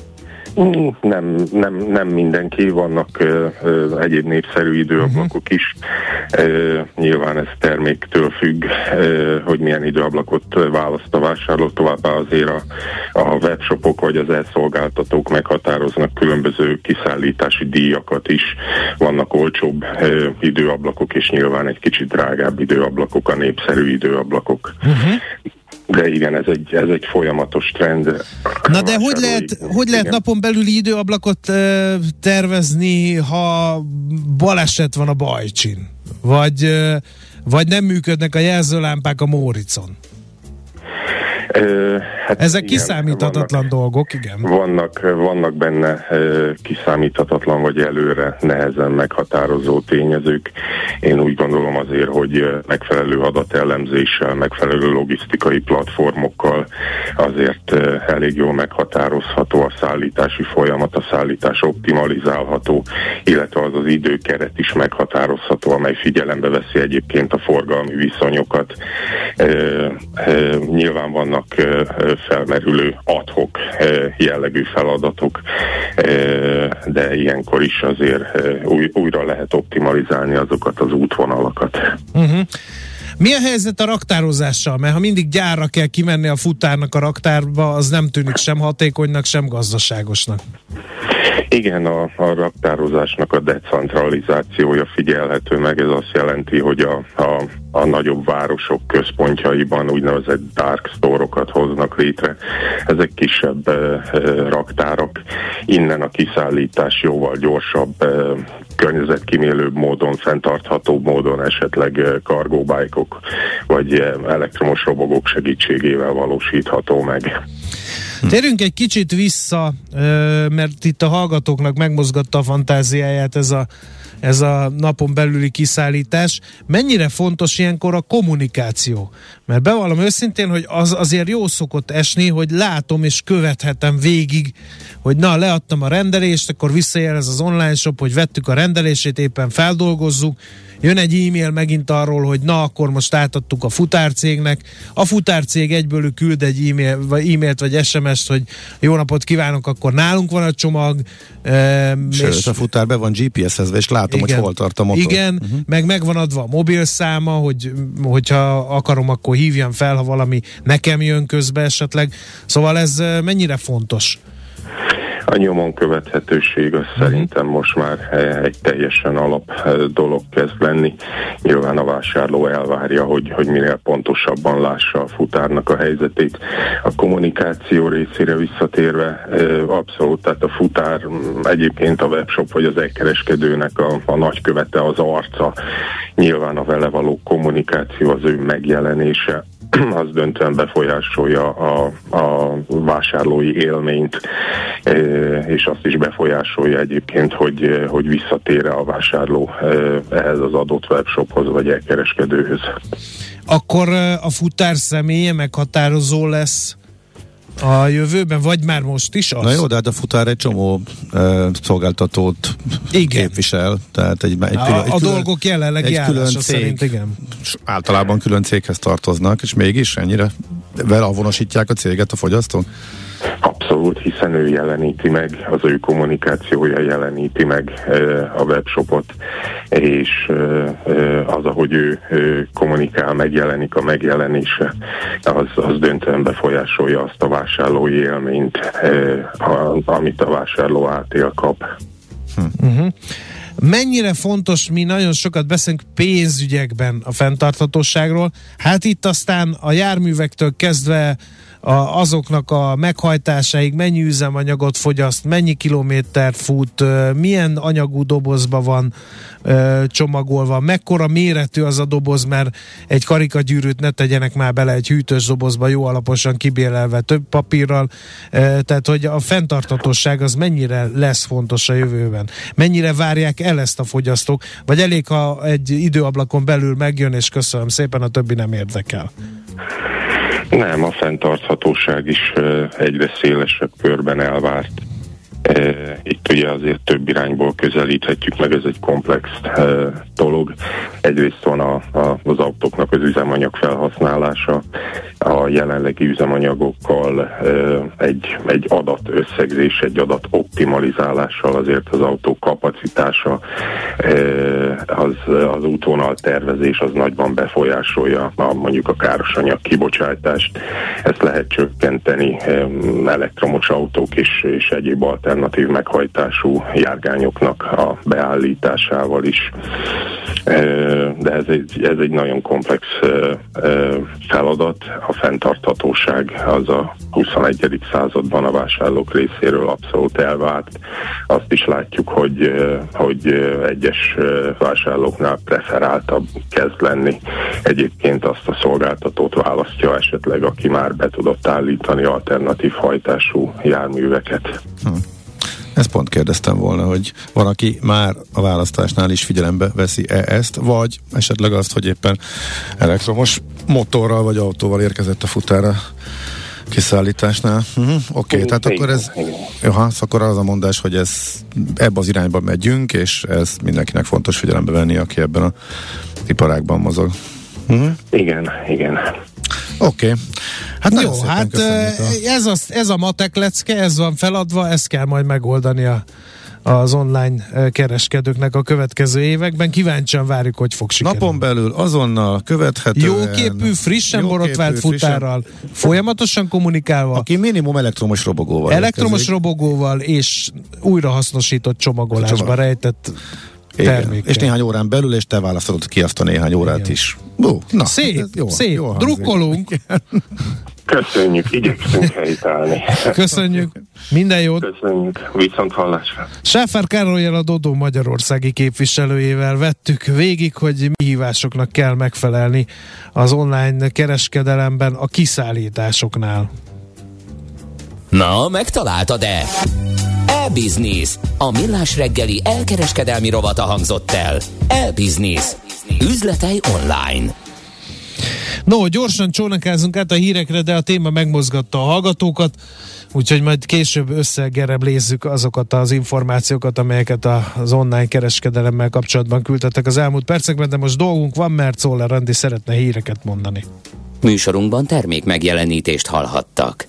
Nem, nem, nem mindenki, vannak uh, uh, egyéb népszerű időablakok uh-huh. is. Uh, nyilván ez terméktől függ, uh, hogy milyen időablakot választ a vásárló, továbbá azért a, a webshopok vagy az elszolgáltatók meghatároznak különböző kiszállítási díjakat is. Vannak olcsóbb uh, időablakok, és nyilván egy kicsit drágább időablakok, a népszerű időablakok. Uh-huh. De igen, ez egy, ez egy folyamatos trend. Na de hogy lehet, hogy lehet napon belüli időablakot uh, tervezni, ha baleset van a Bajcsin? Vagy, uh, vagy nem működnek a jelzőlámpák a Móricon? Uh, hát Ezek igen, kiszámíthatatlan vannak, dolgok, igen. Vannak, vannak benne uh, kiszámíthatatlan vagy előre nehezen meghatározó tényezők. Én úgy gondolom azért, hogy uh, megfelelő adatellemzéssel, megfelelő logisztikai platformokkal azért uh, elég jól meghatározható a szállítási folyamat, a szállítás optimalizálható, illetve az az időkeret is meghatározható, amely figyelembe veszi egyébként a forgalmi viszonyokat. Uh, uh, nyilván vannak felmerülő ad-hoc jellegű feladatok, de ilyenkor is azért új, újra lehet optimalizálni azokat az útvonalakat. Uh-huh. Mi a helyzet a raktározással? Mert ha mindig gyárra kell kimenni a futárnak a raktárba, az nem tűnik sem hatékonynak, sem gazdaságosnak. Igen, a, a raktározásnak a decentralizációja figyelhető meg, ez azt jelenti, hogy a, a, a nagyobb városok központjaiban úgynevezett dark store-okat hoznak létre. Ezek kisebb e, e, raktárak, innen a kiszállítás jóval gyorsabb, e, környezetkímélőbb módon, fenntarthatóbb módon, esetleg e, cargo-bike-ok vagy e, elektromos robogók segítségével valósítható meg. Térjünk egy kicsit vissza, mert itt a hallgatóknak megmozgatta a fantáziáját ez a, ez a napon belüli kiszállítás. Mennyire fontos ilyenkor a kommunikáció? Mert bevallom őszintén, hogy az azért jó szokott esni, hogy látom és követhetem végig, hogy na, leadtam a rendelést, akkor visszajelez az online shop, hogy vettük a rendelését, éppen feldolgozzuk, jön egy e-mail megint arról, hogy na, akkor most átadtuk a futárcégnek. A futárcég egyből küld egy e-mail, vagy e-mailt, vagy es em es-t, hogy jó napot kívánok, akkor nálunk van a csomag. E, Sőt, és a futár be van gé pé es-ezve, és látom, igen, hogy hol tart a motor. Igen, uh-huh. meg megvan adva a mobilszáma, hogy hogyha akarom, akkor hívjam fel, ha valami nekem jön közbe esetleg. Szóval ez mennyire fontos? A nyomon követhetőség az uh-huh. szerintem most már egy teljesen alap dolog kezd lenni. Nyilván a vásárló elvárja, hogy, hogy minél pontosabban lássa a futárnak a helyzetét. A kommunikáció részére visszatérve abszolút, tehát a futár egyébként a webshop vagy az e-kereskedőnek a, a nagykövete, az arca. Nyilván a vele való kommunikáció, az ő megjelenése, az döntően befolyásolja a, a vásárlói élményt, és azt is befolyásolja egyébként, hogy, hogy visszatér a vásárló ehhez az adott webshophoz vagy elkereskedőhöz. Akkor a futár személye meghatározó lesz a jövőben, vagy már most is az? Na jó, de hát a futár egy csomó uh, szolgáltatót igen. képvisel, tehát egy, egy, a, külön, egy a külön, dolgok jelenlegi állása szerint, igen. Általában külön céghez tartoznak, és mégis ennyire vele avonosítják a céget a fogyasztók? Abszolút, hiszen ő jeleníti meg, az ő kommunikációja jeleníti meg e, a webshopot, és e, az, ahogy ő e, kommunikál, megjelenik a megjelenése, az, az döntően befolyásolja azt a vásárlói élményt, e, a, amit a vásárló átél kap. Hm. Uh-huh. Mennyire fontos, mi nagyon sokat beszélünk pénzügyekben a fenntarthatóságról, hát itt aztán a járművektől kezdve a, azoknak a meghajtásáig mennyi üzemanyagot fogyaszt, mennyi kilométert fut, milyen anyagú dobozba van ö, csomagolva, mekkora méretű az a doboz, mert egy karikagyűrűt ne tegyenek már bele egy hűtős dobozba, jó alaposan kibélelve több papírral, ö, tehát hogy a fenntarthatóság az mennyire lesz fontos a jövőben, mennyire várják el ezt a fogyasztók, vagy elég, ha egy időablakon belül megjön, és köszönöm szépen, a többi nem érdekel. Nem, a fenntarthatóság is egyre szélesebb körben elvárt. Itt ugye azért több irányból közelíthetjük meg, ez egy komplex dolog. Egyrészt van a, a, az autóknak az üzemanyag felhasználása, a jelenlegi üzemanyagokkal egy, egy adat összegzés, egy adat optimalizálással azért az autó kapacitása, az, az útvonal tervezés az nagyban befolyásolja a, mondjuk a károsanyag kibocsátást. Ezt lehet csökkenteni elektromos autók és, és egyéb alternatív meghajtású járgányoknak a beállításával is. De ez egy, ez egy nagyon komplex feladat. A fenntarthatóság az a huszonegyedik században a vásárlók részéről abszolút elvárt. Azt is látjuk, hogy, hogy egyes vásárlóknál preferáltabb kezd lenni. Egyébként azt a szolgáltatót választja esetleg, aki már be tudott állítani alternatív hajtású járműveket. Hm. Ezt pont kérdeztem volna, hogy van, aki már a választásnál is figyelembe veszi-e ezt, vagy esetleg azt, hogy éppen elektromos motorral vagy autóval érkezett a futára kiszállításnál. Uh-huh. Oké, okay, tehát akkor ez aha, akkor az a mondás, hogy ez ebbe az irányba megyünk, és ez mindenkinek fontos figyelembe venni, aki ebben a iparágban mozog. Uh-huh. Igen, igen. Oké. Okay. Hát jó, hát ez a, ez a matek lecke, ez van feladva, ezt kell majd megoldani a, az online kereskedőknek a következő években. Kíváncsian várjuk, hogy fog sikerülni. Napon belül azonnal követhetően. Jóképű, frissen borotvált futárral, frissen, folyamatosan kommunikálva. Aki minimum elektromos robogóval. Elektromos érkezik. robogóval és újrahasznosított csomagolásba Csomag. rejtett termékkel. És néhány órán belül, és te választod ki azt a néhány órát igen. is. Ó, na, szép, jó, szép. Jó drukkolunk. Köszönjük, igyekszünk helytállni. Köszönjük, minden jót. Köszönjük, viszont hallásra. Sáfár Károlyal, a Dodó magyarországi képviselőjével vettük végig, hogy mi hívásoknak kell megfelelni az online kereskedelemben a kiszállításoknál. Na, megtaláltad-e? E-Business, a millás reggeli elkereskedelmi rovata hangzott el. E-Business. Üzletei online. No, gyorsan csónakázunk át a hírekre, de a téma megmozgatta a hallgatókat, úgyhogy majd később összegereblézzük azokat az információkat, amelyeket az online kereskedelemmel kapcsolatban küldtettek az elmúlt percekben, de most dolgunk van, mert Czoller Andi szeretne híreket mondani. Műsorunkban termék megjelenítést hallhattak.